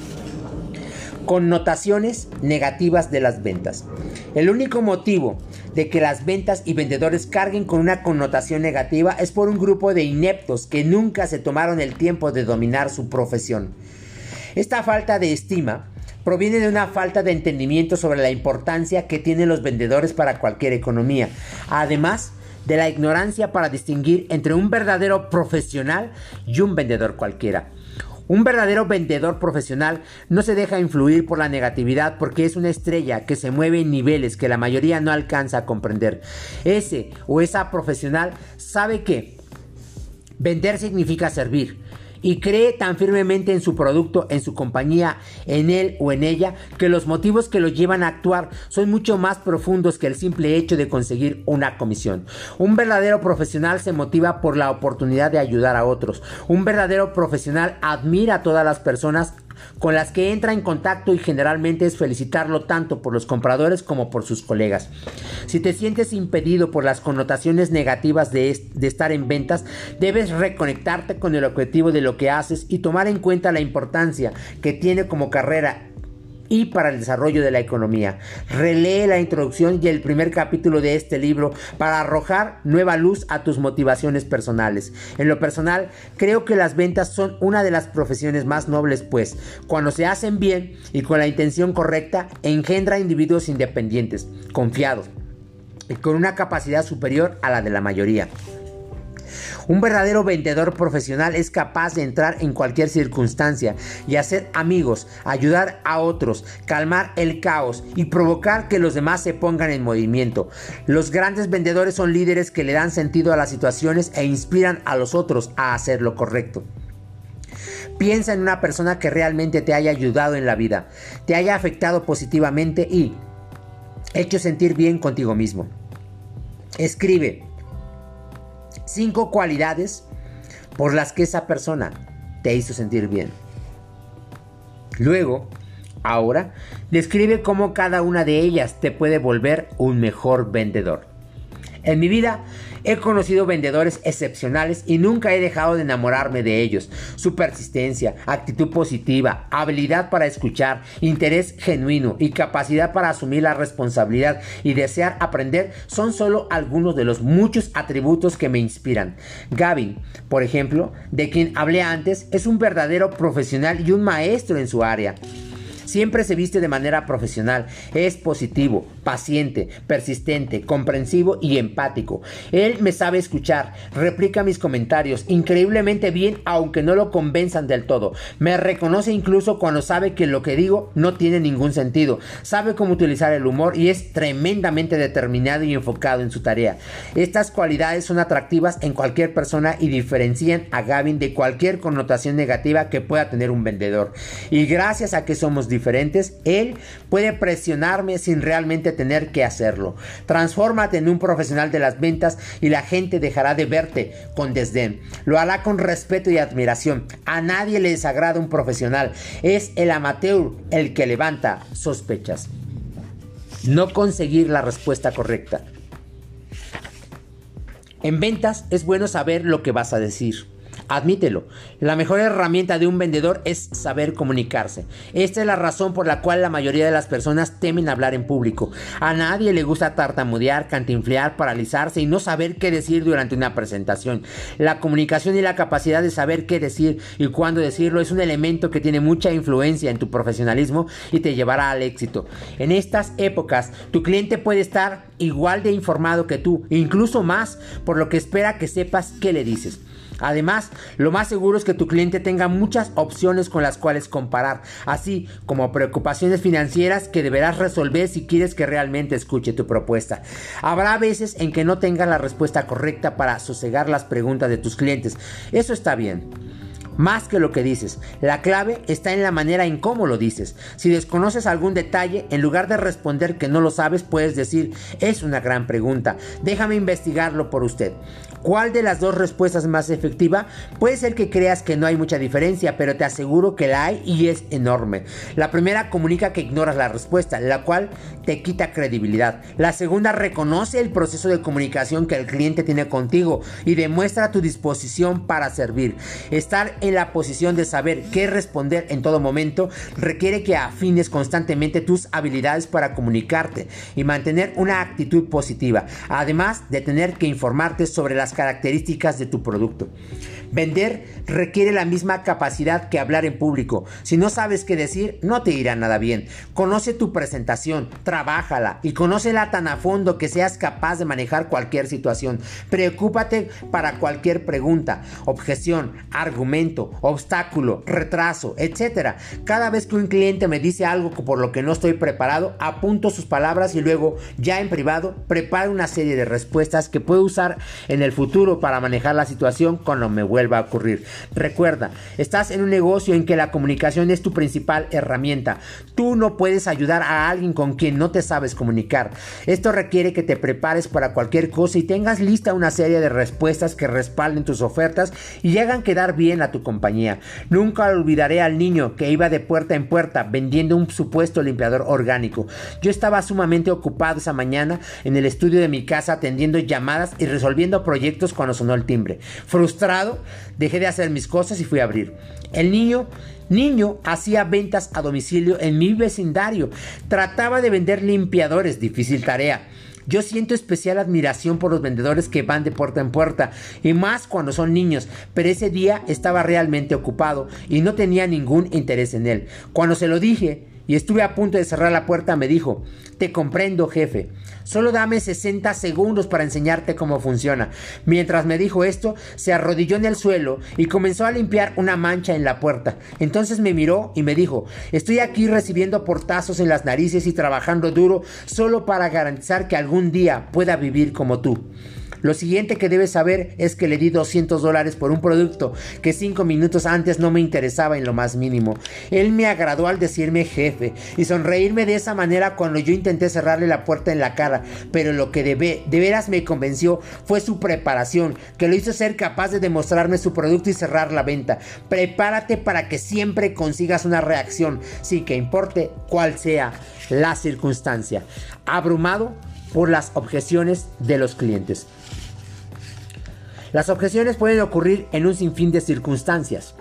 Connotaciones negativas de las ventas. El único motivo de que las ventas y vendedores carguen con una connotación negativa es por un grupo de ineptos que nunca se tomaron el tiempo de dominar su profesión. Esta falta de estima proviene de una falta de entendimiento sobre la importancia que tienen los vendedores para cualquier economía, además de la ignorancia para distinguir entre un verdadero profesional y un vendedor cualquiera. Un verdadero vendedor profesional no se deja influir por la negatividad porque es una estrella que se mueve en niveles que la mayoría no alcanza a comprender. Ese o esa profesional sabe que Vender significa servir. Y cree tan firmemente en su producto, en su compañía, en él o en ella, que los motivos que lo llevan a actuar son mucho más profundos que el simple hecho de conseguir una comisión. Un verdadero profesional se motiva por la oportunidad de ayudar a otros. Un verdadero profesional admira a todas las personas con las que entra en contacto y generalmente es felicitarlo tanto por los compradores como por sus colegas. Si te sientes impedido por las connotaciones negativas de, de estar en ventas, debes reconectarte con el objetivo de lo que haces y tomar en cuenta la importancia que tiene como carrera y para el desarrollo de la economía. Relee la introducción y el primer capítulo de este libro para arrojar nueva luz a tus motivaciones personales. En lo personal, creo que las ventas son una de las profesiones más nobles, pues, cuando se hacen bien y con la intención correcta, engendra individuos independientes, confiados y con una capacidad superior a la de la mayoría. Un verdadero vendedor profesional es capaz de entrar en cualquier circunstancia y hacer amigos, ayudar a otros, calmar el caos y provocar que los demás se pongan en movimiento. Los grandes vendedores son líderes que le dan sentido a las situaciones e inspiran a los otros a hacer lo correcto. Piensa en una persona que realmente te haya ayudado en la vida, te haya afectado positivamente y hecho sentir bien contigo mismo. Escribe cinco cualidades por las que esa persona te hizo sentir bien. Luego, ahora, describe cómo cada una de ellas te puede volver un mejor vendedor. En mi vida he conocido vendedores excepcionales y nunca he dejado de enamorarme de ellos. Su persistencia, actitud positiva, habilidad para escuchar, interés genuino y capacidad para asumir la responsabilidad y desear aprender son solo algunos de los muchos atributos que me inspiran. Gavin, por ejemplo, de quien hablé antes, es un verdadero profesional y un maestro en su área. Siempre se viste de manera profesional, es positivo, paciente, persistente, comprensivo y empático. Él me sabe escuchar, replica mis comentarios increíblemente bien aunque no lo convenzan del todo. Me reconoce incluso cuando sabe que lo que digo no tiene ningún sentido. Sabe cómo utilizar el humor y es tremendamente determinado y enfocado en su tarea. Estas cualidades son atractivas en cualquier persona y diferencian a Gavin de cualquier connotación negativa que pueda tener un vendedor. Y gracias a que somos diferentes, él puede presionarme sin realmente tener que hacerlo. Transfórmate en un profesional de las ventas y la gente dejará de verte con desdén. Lo hará con respeto y admiración. A nadie le desagrada un profesional. Es el amateur el que levanta sospechas. No conseguir la respuesta correcta. En ventas es bueno saber lo que vas a decir. Admítelo, la mejor herramienta de un vendedor es saber comunicarse. Esta es la razón por la cual la mayoría de las personas temen hablar en público. A nadie le gusta tartamudear, cantinflear, paralizarse y no saber qué decir durante una presentación. La comunicación y la capacidad de saber qué decir y cuándo decirlo es un elemento que tiene mucha influencia en tu profesionalismo y te llevará al éxito. En estas épocas, tu cliente puede estar igual de informado que tú, incluso más, por lo que espera que sepas qué le dices. Además, lo más seguro es que tu cliente tenga muchas opciones con las cuales comparar, así como preocupaciones financieras que deberás resolver si quieres que realmente escuche tu propuesta. Habrá veces en que no tengas la respuesta correcta para sosegar las preguntas de tus clientes. Eso está bien. Más que lo que dices, la clave está en la manera en cómo lo dices. Si desconoces algún detalle, en lugar de responder que no lo sabes, puedes decir: es una gran pregunta, déjame investigarlo por usted. ¿Cuál de las dos respuestas es más efectiva? Puede ser que creas que no hay mucha diferencia, pero te aseguro que la hay y es enorme. La primera comunica que ignoras la respuesta, la cual te quita credibilidad. La segunda reconoce el proceso de comunicación que el cliente tiene contigo y demuestra tu disposición para servir. Estar en la posición de saber qué responder en todo momento requiere que afines constantemente tus habilidades para comunicarte y mantener una actitud positiva, además de tener que informarte sobre las características de tu producto. Vender requiere la misma capacidad que hablar en público. Si no sabes qué decir, no te irá nada bien. Conoce tu presentación, trabájala y conócela tan a fondo que seas capaz de manejar cualquier situación. Preocúpate para cualquier pregunta, objeción, argumento impedimento, obstáculo, retraso, etcétera. Cada vez que un cliente me dice algo por lo que no estoy preparado, apunto sus palabras y luego, ya en privado, preparo una serie de respuestas que puedo usar en el futuro para manejar la situación cuando me vuelva a ocurrir. Recuerda, estás en un negocio en que la comunicación es tu principal herramienta. Tú no puedes ayudar a alguien con quien no te sabes comunicar. Esto requiere que te prepares para cualquier cosa y tengas lista una serie de respuestas que respalden tus ofertas y hagan quedar bien a tu compañía. Nunca olvidaré al niño que iba de puerta en puerta vendiendo un supuesto limpiador orgánico. Yo estaba sumamente ocupado esa mañana en el estudio de mi casa atendiendo llamadas y resolviendo proyectos cuando sonó el timbre. Frustrado, dejé de hacer mis cosas y fui a abrir. El niño Niño hacía ventas a domicilio en mi vecindario. Trataba de vender limpiadores, difícil tarea. Yo siento especial admiración por los vendedores que van de puerta en puerta, y más cuando son niños, pero ese día estaba realmente ocupado y no tenía ningún interés en él. Cuando se lo dije y estuve a punto de cerrar la puerta, me dijo: te comprendo, jefe. Solo dame sesenta segundos para enseñarte cómo funciona. Mientras me dijo esto, se arrodilló en el suelo y comenzó a limpiar una mancha en la puerta. Entonces me miró y me dijo: estoy aquí recibiendo portazos en las narices y trabajando duro solo para garantizar que algún día pueda vivir como tú. Lo siguiente que debes saber es que le di doscientos dólares por un producto que cinco minutos antes no me interesaba en lo más mínimo. Él me agradó al decirme jefe y sonreírme de esa manera cuando yo intenté cerrarle la puerta en la cara, pero lo que de, de veras me convenció fue su preparación, que lo hizo ser capaz de demostrarme su producto y cerrar la venta. Prepárate para que siempre consigas una reacción, sin que importe cuál sea la circunstancia. Abrumado por las objeciones de los clientes. Las objeciones pueden ocurrir en un sinfín de circunstancias.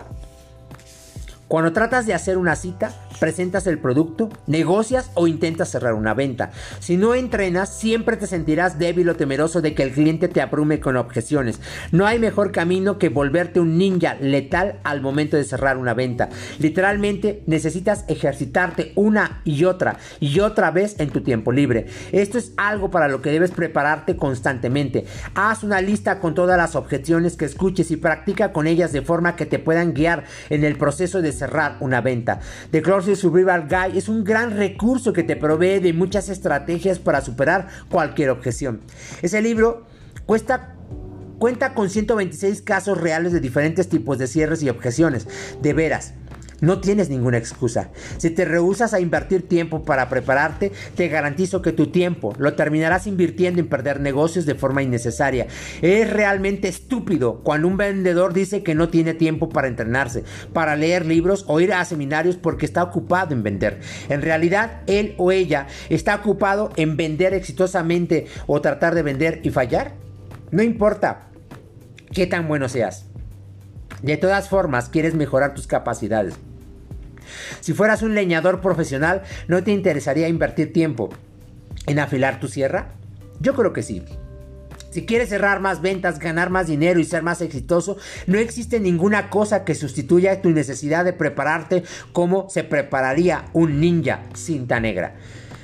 Cuando tratas de hacer una cita, presentas el producto, negocias o intentas cerrar una venta. Si no entrenas, siempre te sentirás débil o temeroso de que el cliente te abrume con objeciones. No hay mejor camino que volverte un ninja letal al momento de cerrar una venta. Literalmente necesitas ejercitarte una y otra y otra vez en tu tiempo libre. Esto es algo para lo que debes prepararte constantemente. Haz una lista con todas las objeciones que escuches y practica con ellas de forma que te puedan guiar en el proceso de cerrar una venta. The Closer Survival Guide es un gran recurso que te provee de muchas estrategias para superar cualquier objeción. Ese libro cuesta cuenta con ciento veintiséis casos reales de diferentes tipos de cierres y objeciones. De veras, no tienes ninguna excusa. Si te rehusas a invertir tiempo para prepararte, te garantizo que tu tiempo lo terminarás invirtiendo en perder negocios de forma innecesaria. Es realmente estúpido cuando un vendedor dice que no tiene tiempo para entrenarse, para leer libros o ir a seminarios porque está ocupado en vender. En realidad, él o ella está ocupado en vender exitosamente o tratar de vender y fallar. No importa qué tan bueno seas. De todas formas, quieres mejorar tus capacidades. Si fueras un leñador profesional, ¿no te interesaría invertir tiempo en afilar tu sierra? Yo creo que sí. Si quieres cerrar más ventas, ganar más dinero y ser más exitoso, no existe ninguna cosa que sustituya tu necesidad de prepararte como se prepararía un ninja cinta negra.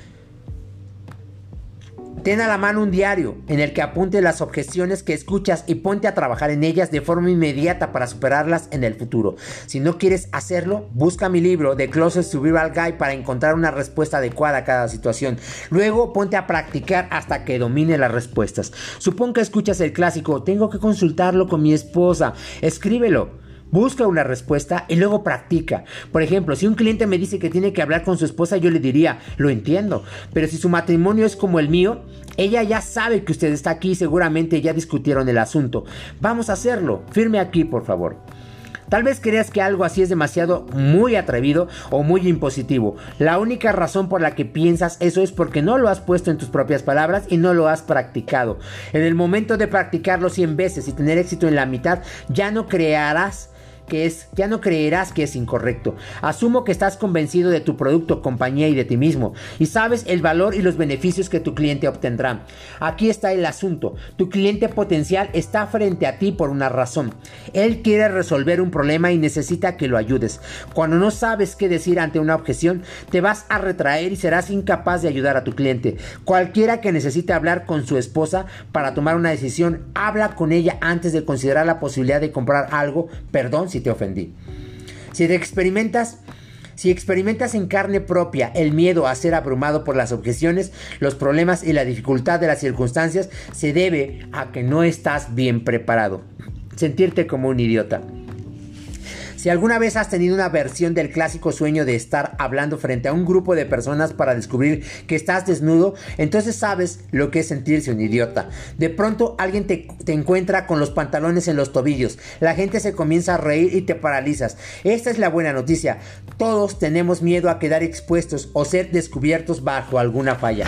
Ten a la mano un diario en el que apuntes las objeciones que escuchas y ponte a trabajar en ellas de forma inmediata para superarlas en el futuro. Si no quieres hacerlo, busca mi libro The Closer Survival Guide para encontrar una respuesta adecuada a cada situación. Luego ponte a practicar hasta que domine las respuestas. Supón que escuchas el clásico: tengo que consultarlo con mi esposa. Escríbelo. Busca una respuesta y luego practica. Por ejemplo, si un cliente me dice que tiene que hablar con su esposa, yo le diría: lo entiendo, pero si su matrimonio es como el mío, ella ya sabe que usted está aquí y seguramente ya discutieron el asunto. Vamos a hacerlo. Firme aquí, por favor. Tal vez creas que algo así es demasiado muy atrevido o muy impositivo. La única razón por la que piensas eso es porque no lo has puesto en tus propias palabras y no lo has practicado. En el momento de practicarlo cien veces y tener éxito en la mitad, ya no crearás que es, ya no creerás que es incorrecto. Asumo que estás convencido de tu producto, compañía y de ti mismo, y sabes el valor y los beneficios que tu cliente obtendrá. Aquí está el asunto: tu cliente potencial está frente a ti por una razón. Él quiere resolver un problema y necesita que lo ayudes. Cuando no sabes qué decir ante una objeción, te vas a retraer y serás incapaz de ayudar a tu cliente. Cualquiera que necesite hablar con su esposa para tomar una decisión, habla con ella antes de considerar la posibilidad de comprar algo, perdón si si te ofendí. Si te experimentas... Si experimentas en carne propia el miedo a ser abrumado por las objeciones, los problemas y la dificultad de las circunstancias, se debe a que no estás bien preparado. Sentirte como un idiota. Si alguna vez has tenido una versión del clásico sueño de estar hablando frente a un grupo de personas para descubrir que estás desnudo, entonces sabes lo que es sentirse un idiota. De pronto alguien te, te encuentra con los pantalones en los tobillos, la gente se comienza a reír y te paralizas. Esta es la buena noticia: todos tenemos miedo a quedar expuestos o ser descubiertos bajo alguna falla.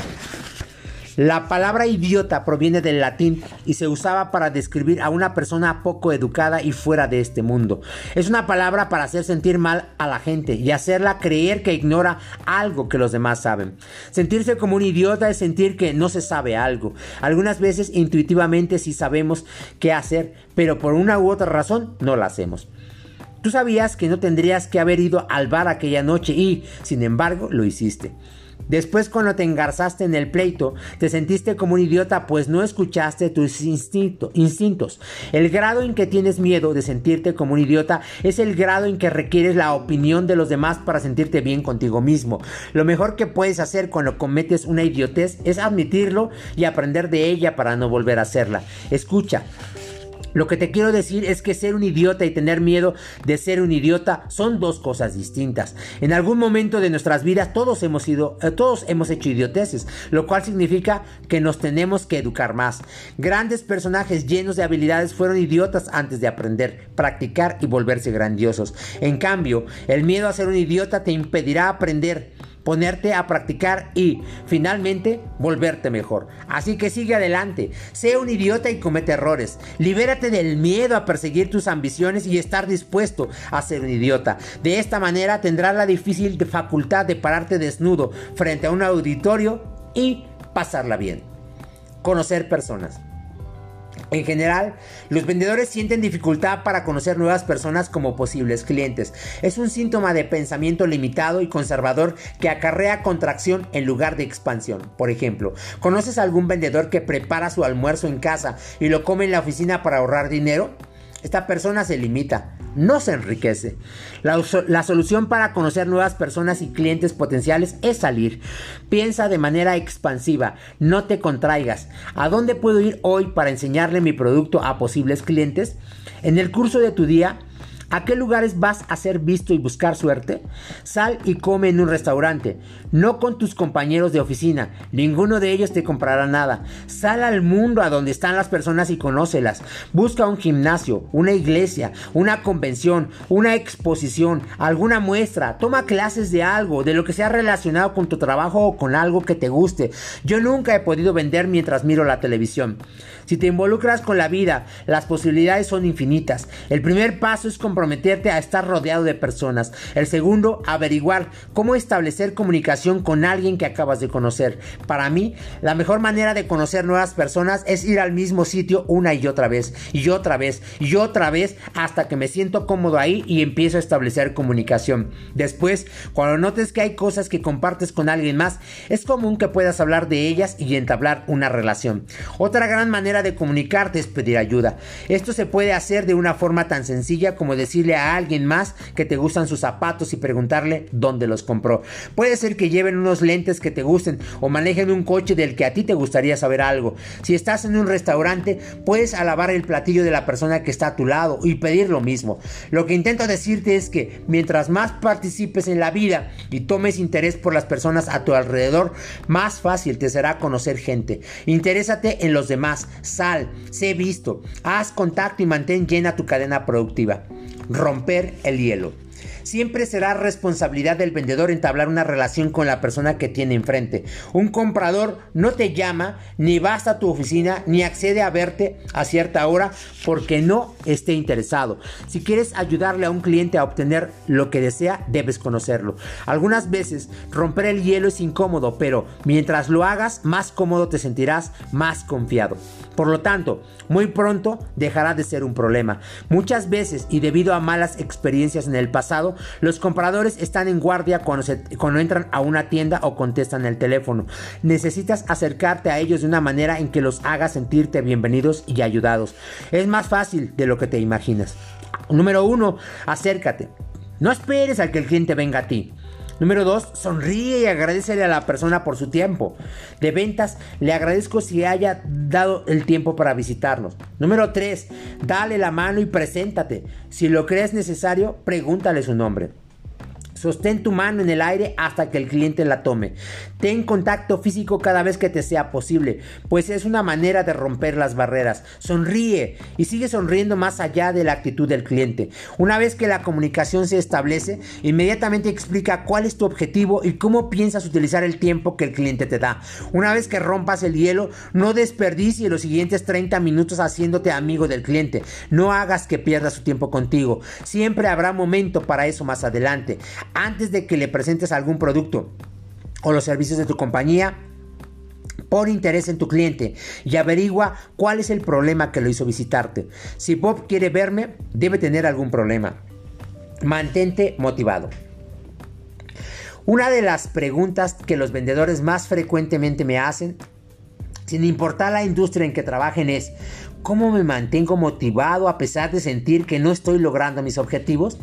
La palabra idiota proviene del latín y se usaba para describir a una persona poco educada y fuera de este mundo. Es una palabra para hacer sentir mal a la gente y hacerla creer que ignora algo que los demás saben. Sentirse como un idiota es sentir que no se sabe algo. Algunas veces intuitivamente sí sabemos qué hacer, pero por una u otra razón no lo hacemos. Tú sabías que no tendrías que haber ido al bar aquella noche y, sin embargo, lo hiciste. Después, cuando te engarzaste en el pleito, te sentiste como un idiota, pues no escuchaste tus instinto, instintos. El grado en que tienes miedo de sentirte como un idiota es el grado en que requieres la opinión de los demás para sentirte bien contigo mismo. Lo mejor que puedes hacer cuando cometes una idiotez es admitirlo y aprender de ella para no volver a hacerla. Escucha. Lo que te quiero decir es que ser un idiota y tener miedo de ser un idiota son dos cosas distintas. En algún momento de nuestras vidas todos hemos sido, eh, todos hemos hecho idioteces, lo cual significa que nos tenemos que educar más. Grandes personajes llenos de habilidades fueron idiotas antes de aprender, practicar y volverse grandiosos. En cambio, el miedo a ser un idiota te impedirá aprender, ponerte a practicar y, finalmente, volverte mejor. Así que sigue adelante, sé un idiota y comete errores. Libérate del miedo a perseguir tus ambiciones y estar dispuesto a ser un idiota. De esta manera tendrás la difícil facultad de pararte desnudo frente a un auditorio y pasarla bien. Conocer personas. En general, los vendedores sienten dificultad para conocer nuevas personas como posibles clientes. Es un síntoma de pensamiento limitado y conservador que acarrea contracción en lugar de expansión. Por ejemplo, ¿conoces a algún vendedor que prepara su almuerzo en casa y lo come en la oficina para ahorrar dinero? Esta persona se limita, no se enriquece. La, la solución para conocer nuevas personas y clientes potenciales es salir. Piensa de manera expansiva, no te contraigas. ¿A dónde puedo ir hoy para enseñarle mi producto a posibles clientes? En el curso de tu día, ¿a qué lugares vas a ser visto y buscar suerte? Sal y come en un restaurante, no con tus compañeros de oficina. Ninguno de ellos te comprará nada. Sal al mundo a donde están las personas y conócelas. Busca un gimnasio, una iglesia, una convención, una exposición, alguna muestra. Toma clases de algo, de lo que sea relacionado con tu trabajo o con algo que te guste. Yo nunca he podido vender mientras miro la televisión. Si te involucras con la vida, las posibilidades son infinitas. El primer paso es comprometerte a estar rodeado de personas. El segundo, averiguar cómo establecer comunicación con alguien que acabas de conocer. Para mí, la mejor manera de conocer nuevas personas es ir al mismo sitio una y otra vez, y otra vez, y otra vez, hasta que me siento cómodo ahí y empiezo a establecer comunicación. Después, cuando notes que hay cosas que compartes con alguien más, es común que puedas hablar de ellas y entablar una relación. Otra gran manera de comunicarte es pedir ayuda. Esto se puede hacer de una forma tan sencilla como decirle a alguien más que te gustan sus zapatos y preguntarle dónde los compró. Puede ser que lleven unos lentes que te gusten o manejen un coche del que a ti te gustaría saber algo. Si estás en un restaurante, puedes alabar el platillo de la persona que está a tu lado y pedir lo mismo. Lo que intento decirte es que mientras más participes en la vida y tomes interés por las personas a tu alrededor, más fácil te será conocer gente. Interésate en los demás. Sal, sé visto, haz contacto y mantén llena tu cadena productiva. Romper el hielo. Siempre será responsabilidad del vendedor entablar una relación con la persona que tiene enfrente. Un comprador no te llama, ni va hasta tu oficina, ni accede a verte a cierta hora porque no esté interesado. Si quieres ayudarle a un cliente a obtener lo que desea, debes conocerlo. Algunas veces romper el hielo es incómodo, pero mientras lo hagas, más cómodo te sentirás, más confiado. Por lo tanto, muy pronto dejará de ser un problema. Muchas veces, y debido a malas experiencias en el pasado, los compradores están en guardia cuando, se, cuando entran a una tienda o contestan el teléfono. Necesitas acercarte a ellos de una manera en que los hagas sentirte bienvenidos y ayudados. Es más fácil de lo que te imaginas. Número uno, acércate. No esperes a que el cliente venga a ti. Número dos, sonríe y agradécele a la persona por su tiempo. De ventas, le agradezco si haya dado el tiempo para visitarnos. Número tres, dale la mano y preséntate. Si lo crees necesario, pregúntale su nombre. Sostén tu mano en el aire hasta que el cliente la tome. Ten contacto físico cada vez que te sea posible, pues es una manera de romper las barreras. Sonríe y sigue sonriendo más allá de la actitud del cliente. Una vez que la comunicación se establece, inmediatamente explica cuál es tu objetivo y cómo piensas utilizar el tiempo que el cliente te da. Una vez que rompas el hielo, no desperdicies los siguientes treinta minutos haciéndote amigo del cliente. No hagas que pierda su tiempo contigo. Siempre habrá momento para eso más adelante. Antes de que le presentes algún producto o los servicios de tu compañía, pon interés en tu cliente y averigua cuál es el problema que lo hizo visitarte. Si Bob quiere verme, debe tener algún problema. Mantente motivado. Una de las preguntas que los vendedores más frecuentemente me hacen, sin importar la industria en que trabajen, es: ¿cómo me mantengo motivado a pesar de sentir que no estoy logrando mis objetivos?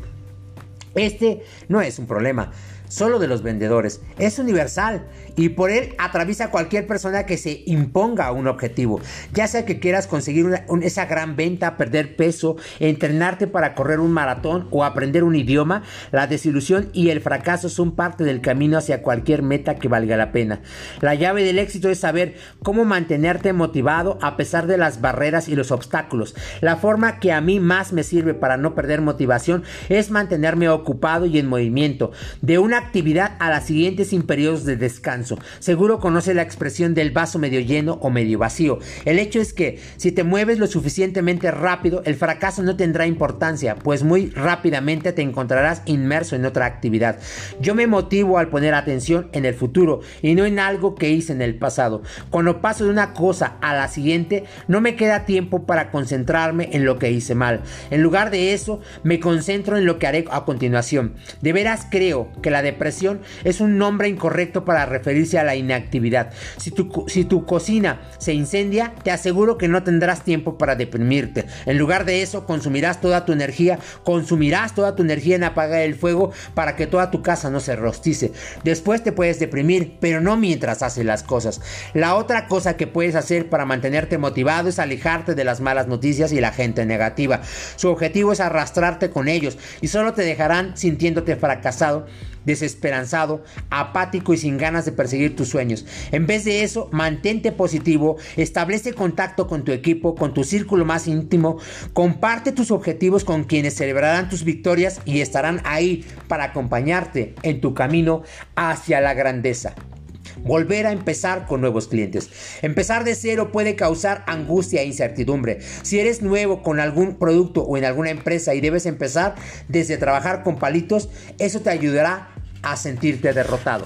Este no es un problema solo de los vendedores, es universal y por él atraviesa cualquier persona que se imponga un objetivo, ya sea que quieras conseguir una, un, esa gran venta, perder peso, entrenarte para correr un maratón o aprender un idioma. La desilusión y el fracaso son parte del camino hacia cualquier meta que valga la pena. La llave del éxito es saber cómo mantenerte motivado a pesar de las barreras y los obstáculos. La forma que a mí más me sirve para no perder motivación es mantenerme ocupado y en movimiento, de una actividad a la siguiente sin periodos de descanso. Seguro conoce la expresión del vaso medio lleno o medio vacío. El hecho es que si te mueves lo suficientemente rápido, el fracaso no tendrá importancia, pues muy rápidamente te encontrarás inmerso en otra actividad. Yo me motivo al poner atención en el futuro y no en algo que hice en el pasado. Cuando paso de una cosa a la siguiente, no me queda tiempo para concentrarme en lo que hice mal. En lugar de eso, me concentro en lo que haré a continuación. De veras creo que la depresión es un nombre incorrecto para referirse a la inactividad. Si tu, si tu cocina se incendia, te aseguro que no tendrás tiempo para deprimirte. En lugar de eso, consumirás toda tu energía, consumirás toda tu energía en apagar el fuego para que toda tu casa no se rostice. Después te puedes deprimir, pero no mientras haces las cosas. La otra cosa que puedes hacer para mantenerte motivado es alejarte de las malas noticias y la gente negativa. Su objetivo es arrastrarte con ellos y solo te dejarán sintiéndote fracasado, desesperanzado, apático y sin ganas de perseguir tus sueños. En vez de eso, mantente positivo, establece contacto con tu equipo, con tu círculo más íntimo, comparte tus objetivos con quienes celebrarán tus victorias y estarán ahí para acompañarte en tu camino hacia la grandeza. Volver a empezar con nuevos clientes. Empezar de cero puede causar angustia e incertidumbre. Si eres nuevo con algún producto o en alguna empresa y debes empezar desde trabajar con palitos, eso te ayudará a sentirte derrotado.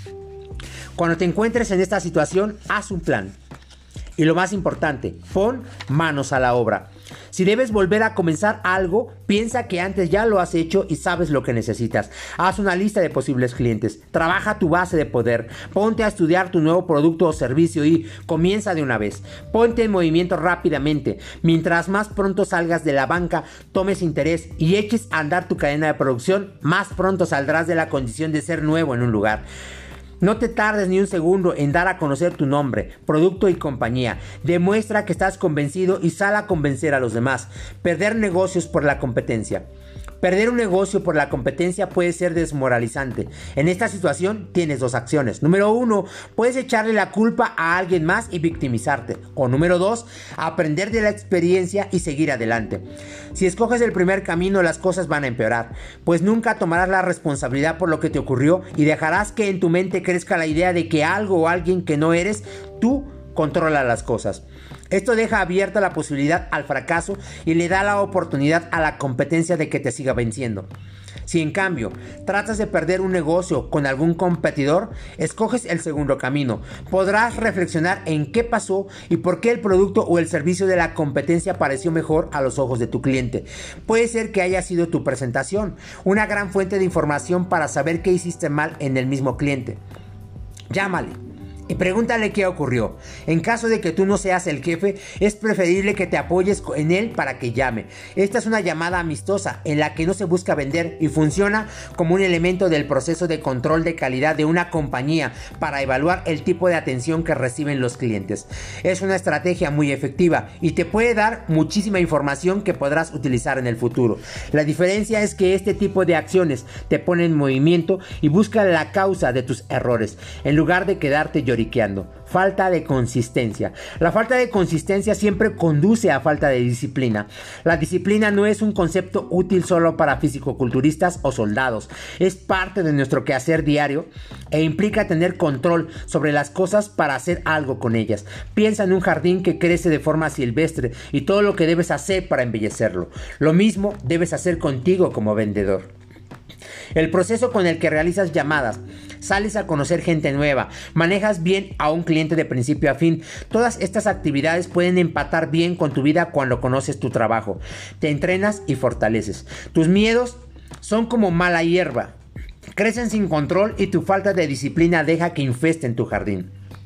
Cuando te encuentres en esta situación, haz un plan. Y lo más importante, pon manos a la obra. Si debes volver a comenzar algo, piensa que antes ya lo has hecho y sabes lo que necesitas. Haz una lista de posibles clientes. Trabaja tu base de poder. Ponte a estudiar tu nuevo producto o servicio y comienza de una vez. Ponte en movimiento rápidamente. Mientras más pronto salgas de la banca, tomes interés y eches a andar tu cadena de producción, más pronto saldrás de la condición de ser nuevo en un lugar. No te tardes ni un segundo en dar a conocer tu nombre, producto y compañía. Demuestra que estás convencido y sal a convencer a los demás. Perder negocios por la competencia. Perder un negocio por la competencia puede ser desmoralizante. En esta situación tienes dos acciones. Número uno, puedes echarle la culpa a alguien más y victimizarte. O número dos, aprender de la experiencia y seguir adelante. Si escoges el primer camino, las cosas van a empeorar, pues nunca tomarás la responsabilidad por lo que te ocurrió y dejarás que en tu mente crezca la idea de que algo o alguien que no eres tú controla las cosas. Esto deja abierta la posibilidad al fracaso y le da la oportunidad a la competencia de que te siga venciendo. Si en cambio tratas de perder un negocio con algún competidor, escoges el segundo camino. Podrás reflexionar en qué pasó y por qué el producto o el servicio de la competencia pareció mejor a los ojos de tu cliente. Puede ser que haya sido tu presentación, una gran fuente de información para saber qué hiciste mal en el mismo cliente. Llámale. y pregúntale qué ocurrió. En caso de que tú no seas el jefe, es preferible que te apoyes en él para que llame. Esta es una llamada amistosa en la que no se busca vender y funciona como un elemento del proceso de control de calidad de una compañía para evaluar el tipo de atención que reciben los clientes. Es una estrategia muy efectiva y te puede dar muchísima información que podrás utilizar en el futuro. La diferencia es que este tipo de acciones te ponen en movimiento y busca la causa de tus errores en lugar de quedarte lloriqueando. Falta de consistencia. La falta de consistencia siempre conduce a falta de disciplina. La disciplina no es un concepto útil solo para fisicoculturistas o soldados. Es parte de nuestro quehacer diario e implica tener control sobre las cosas para hacer algo con ellas. Piensa en un jardín que crece de forma silvestre y todo lo que debes hacer para embellecerlo. Lo mismo debes hacer contigo como vendedor. El proceso con el que realizas llamadas, sales a conocer gente nueva, manejas bien a un cliente de principio a fin. Todas estas actividades pueden empatar bien con tu vida cuando conoces tu trabajo. Te entrenas y fortaleces. Tus miedos son como mala hierba. Crecen sin control y tu falta de disciplina deja que infesten tu jardín.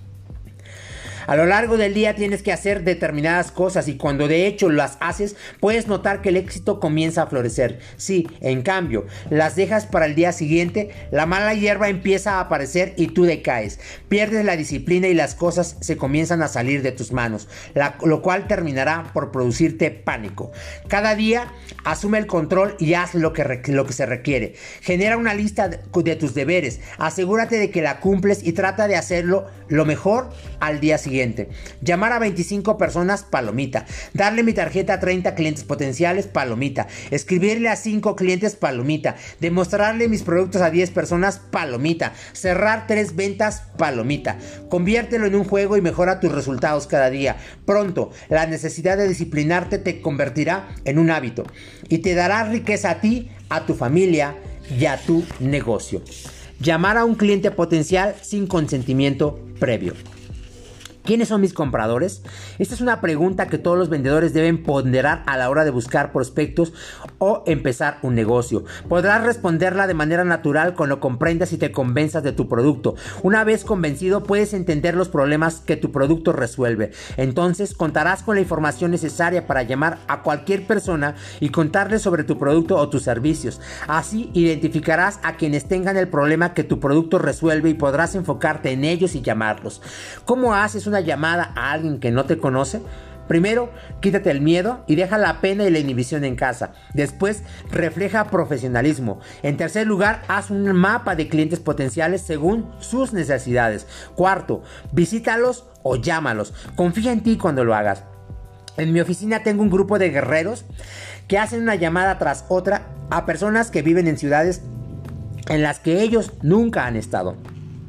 A lo largo del día tienes que hacer determinadas cosas y cuando de hecho las haces puedes notar que el éxito comienza a florecer. Si, en cambio, las dejas para el día siguiente, la mala hierba empieza a aparecer y tú decaes. Pierdes la disciplina y las cosas se comienzan a salir de tus manos, la, lo cual terminará por producirte pánico. Cada día asume el control y haz lo que, lo que se requiere. Genera una lista de, de tus deberes, asegúrate de que la cumples y trata de hacerlo lo mejor al día siguiente. Llamar a veinticinco personas, palomita. Darle mi tarjeta a treinta clientes potenciales, palomita. Escribirle a cinco clientes, palomita. Demostrarle mis productos a diez personas, palomita. Cerrar tres ventas, palomita. Conviértelo en un juego y mejora tus resultados cada día. Pronto, la necesidad de disciplinarte te convertirá en un hábito y te dará riqueza a ti, a tu familia y a tu negocio. Llamar a un cliente potencial sin consentimiento previo. ¿Quiénes son mis compradores? Esta es una pregunta que todos los vendedores deben ponderar a la hora de buscar prospectos o empezar un negocio. Podrás responderla de manera natural cuando comprendas y te convenzas de tu producto. Una vez convencido, puedes entender los problemas que tu producto resuelve. Entonces, contarás con la información necesaria para llamar a cualquier persona y contarle sobre tu producto o tus servicios. Así, identificarás a quienes tengan el problema que tu producto resuelve y podrás enfocarte en ellos y llamarlos. ¿Cómo haces una llamada a alguien que no te conoce? Primero, quítate el miedo y deja la pena y la inhibición en casa. Después, refleja profesionalismo. En tercer lugar, haz un mapa de clientes potenciales según sus necesidades. Cuarto, visítalos o llámalos. Confía en ti cuando lo hagas. En mi oficina tengo un grupo de guerreros que hacen una llamada tras otra a personas que viven en ciudades en las que ellos nunca han estado.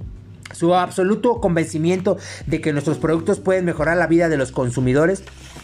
Su absoluto convencimiento de que nuestros productos pueden mejorar la vida de los consumidores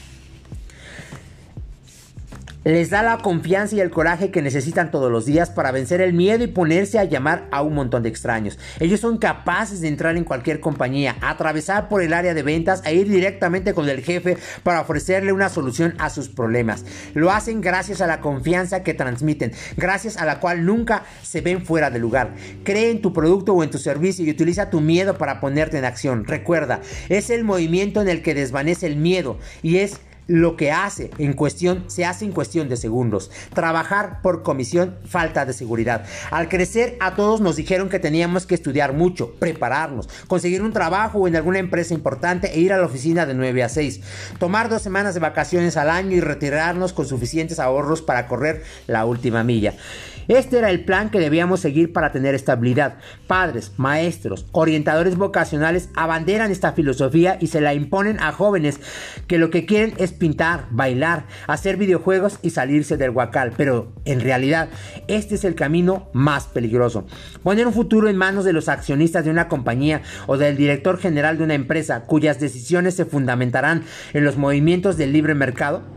les da la confianza y el coraje que necesitan todos los días para vencer el miedo y ponerse a llamar a un montón de extraños. Ellos son capaces de entrar en cualquier compañía, atravesar por el área de ventas e ir directamente con el jefe para ofrecerle una solución a sus problemas. Lo hacen gracias a la confianza que transmiten, gracias a la cual nunca se ven fuera de lugar. Cree en tu producto o en tu servicio y utiliza tu miedo para ponerte en acción. Recuerda, es el movimiento en el que desvanece el miedo y es lo que hace en cuestión, se hace en cuestión de segundos. Trabajar por comisión, falta de seguridad. Al crecer, a todos nos dijeron que teníamos que estudiar mucho, prepararnos, conseguir un trabajo en alguna empresa importante e ir a la oficina de nueve a seis. Tomar dos semanas de vacaciones al año y retirarnos con suficientes ahorros para correr la última milla. Este era el plan que debíamos seguir para tener estabilidad. Padres, maestros, orientadores vocacionales abanderan esta filosofía y se la imponen a jóvenes que lo que quieren es pintar, bailar, hacer videojuegos y salirse del huacal. Pero en realidad este es el camino más peligroso. Poner un futuro en manos de los accionistas de una compañía o del director general de una empresa cuyas decisiones se fundamentarán en los movimientos del libre mercado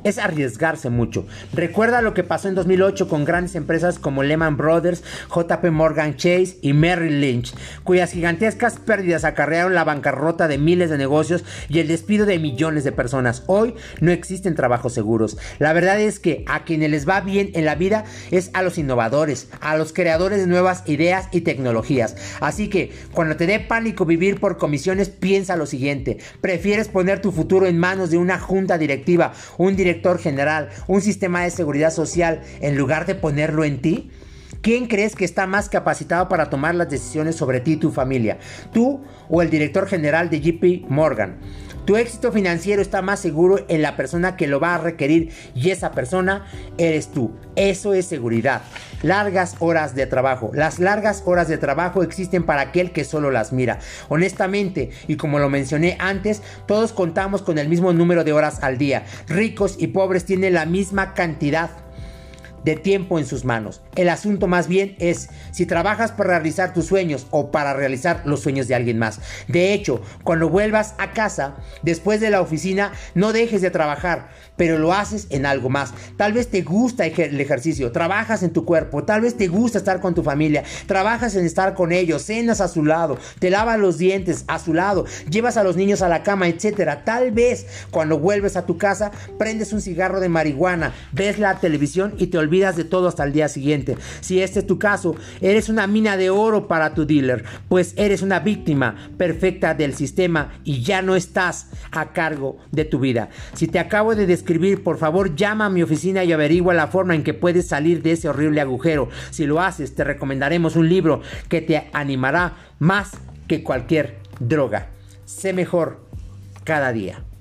es arriesgarse mucho. Recuerda lo que pasó en dos mil ocho con grandes empresas como Lehman Brothers, J P Morgan Chase y Merrill Lynch, cuyas gigantescas pérdidas acarrearon la bancarrota de miles de negocios y el despido de millones de personas. Hoy no existen trabajos seguros. La verdad es que a quienes les va bien en la vida es a los innovadores, a los creadores de nuevas ideas y tecnologías. Así que cuando te dé pánico vivir por comisiones, piensa lo siguiente: ¿prefieres poner tu futuro en manos de una junta directiva, un director general, un sistema de seguridad social, en lugar de ponerlo en ti? ¿Quién crees que está más capacitado para tomar las decisiones sobre ti y tu familia? ¿Tú o el director general de J P Morgan? Tu éxito financiero está más seguro en la persona que lo va a requerir, y esa persona eres tú. Eso es seguridad. Largas horas de trabajo. Las largas horas de trabajo existen para aquel que solo las mira. Honestamente, y como lo mencioné antes, todos contamos con el mismo número de horas al día. Ricos y pobres tienen la misma cantidad de tiempo en sus manos. El asunto más bien es si trabajas para realizar tus sueños o para realizar los sueños de alguien más. De hecho, cuando vuelvas a casa después de la oficina, no dejes de trabajar, pero lo haces en algo más. Tal vez te gusta el ejercicio, trabajas en tu cuerpo, tal vez te gusta estar con tu familia, trabajas en estar con ellos, cenas a su lado, te lavas los dientes a su lado, llevas a los niños a la cama, etcétera. Tal vez cuando vuelves a tu casa prendes un cigarro de marihuana, ves la televisión y te olvidas de todo hasta el día siguiente. Si este es tu caso, eres una mina de oro para tu dealer, pues eres una víctima perfecta del sistema y ya no estás a cargo de tu vida. Si te acabo de describir, por favor llama a mi oficina y averigua la forma en que puedes salir de ese horrible agujero. Si lo haces, te recomendaremos un libro que te animará más que cualquier droga. Sé mejor cada día.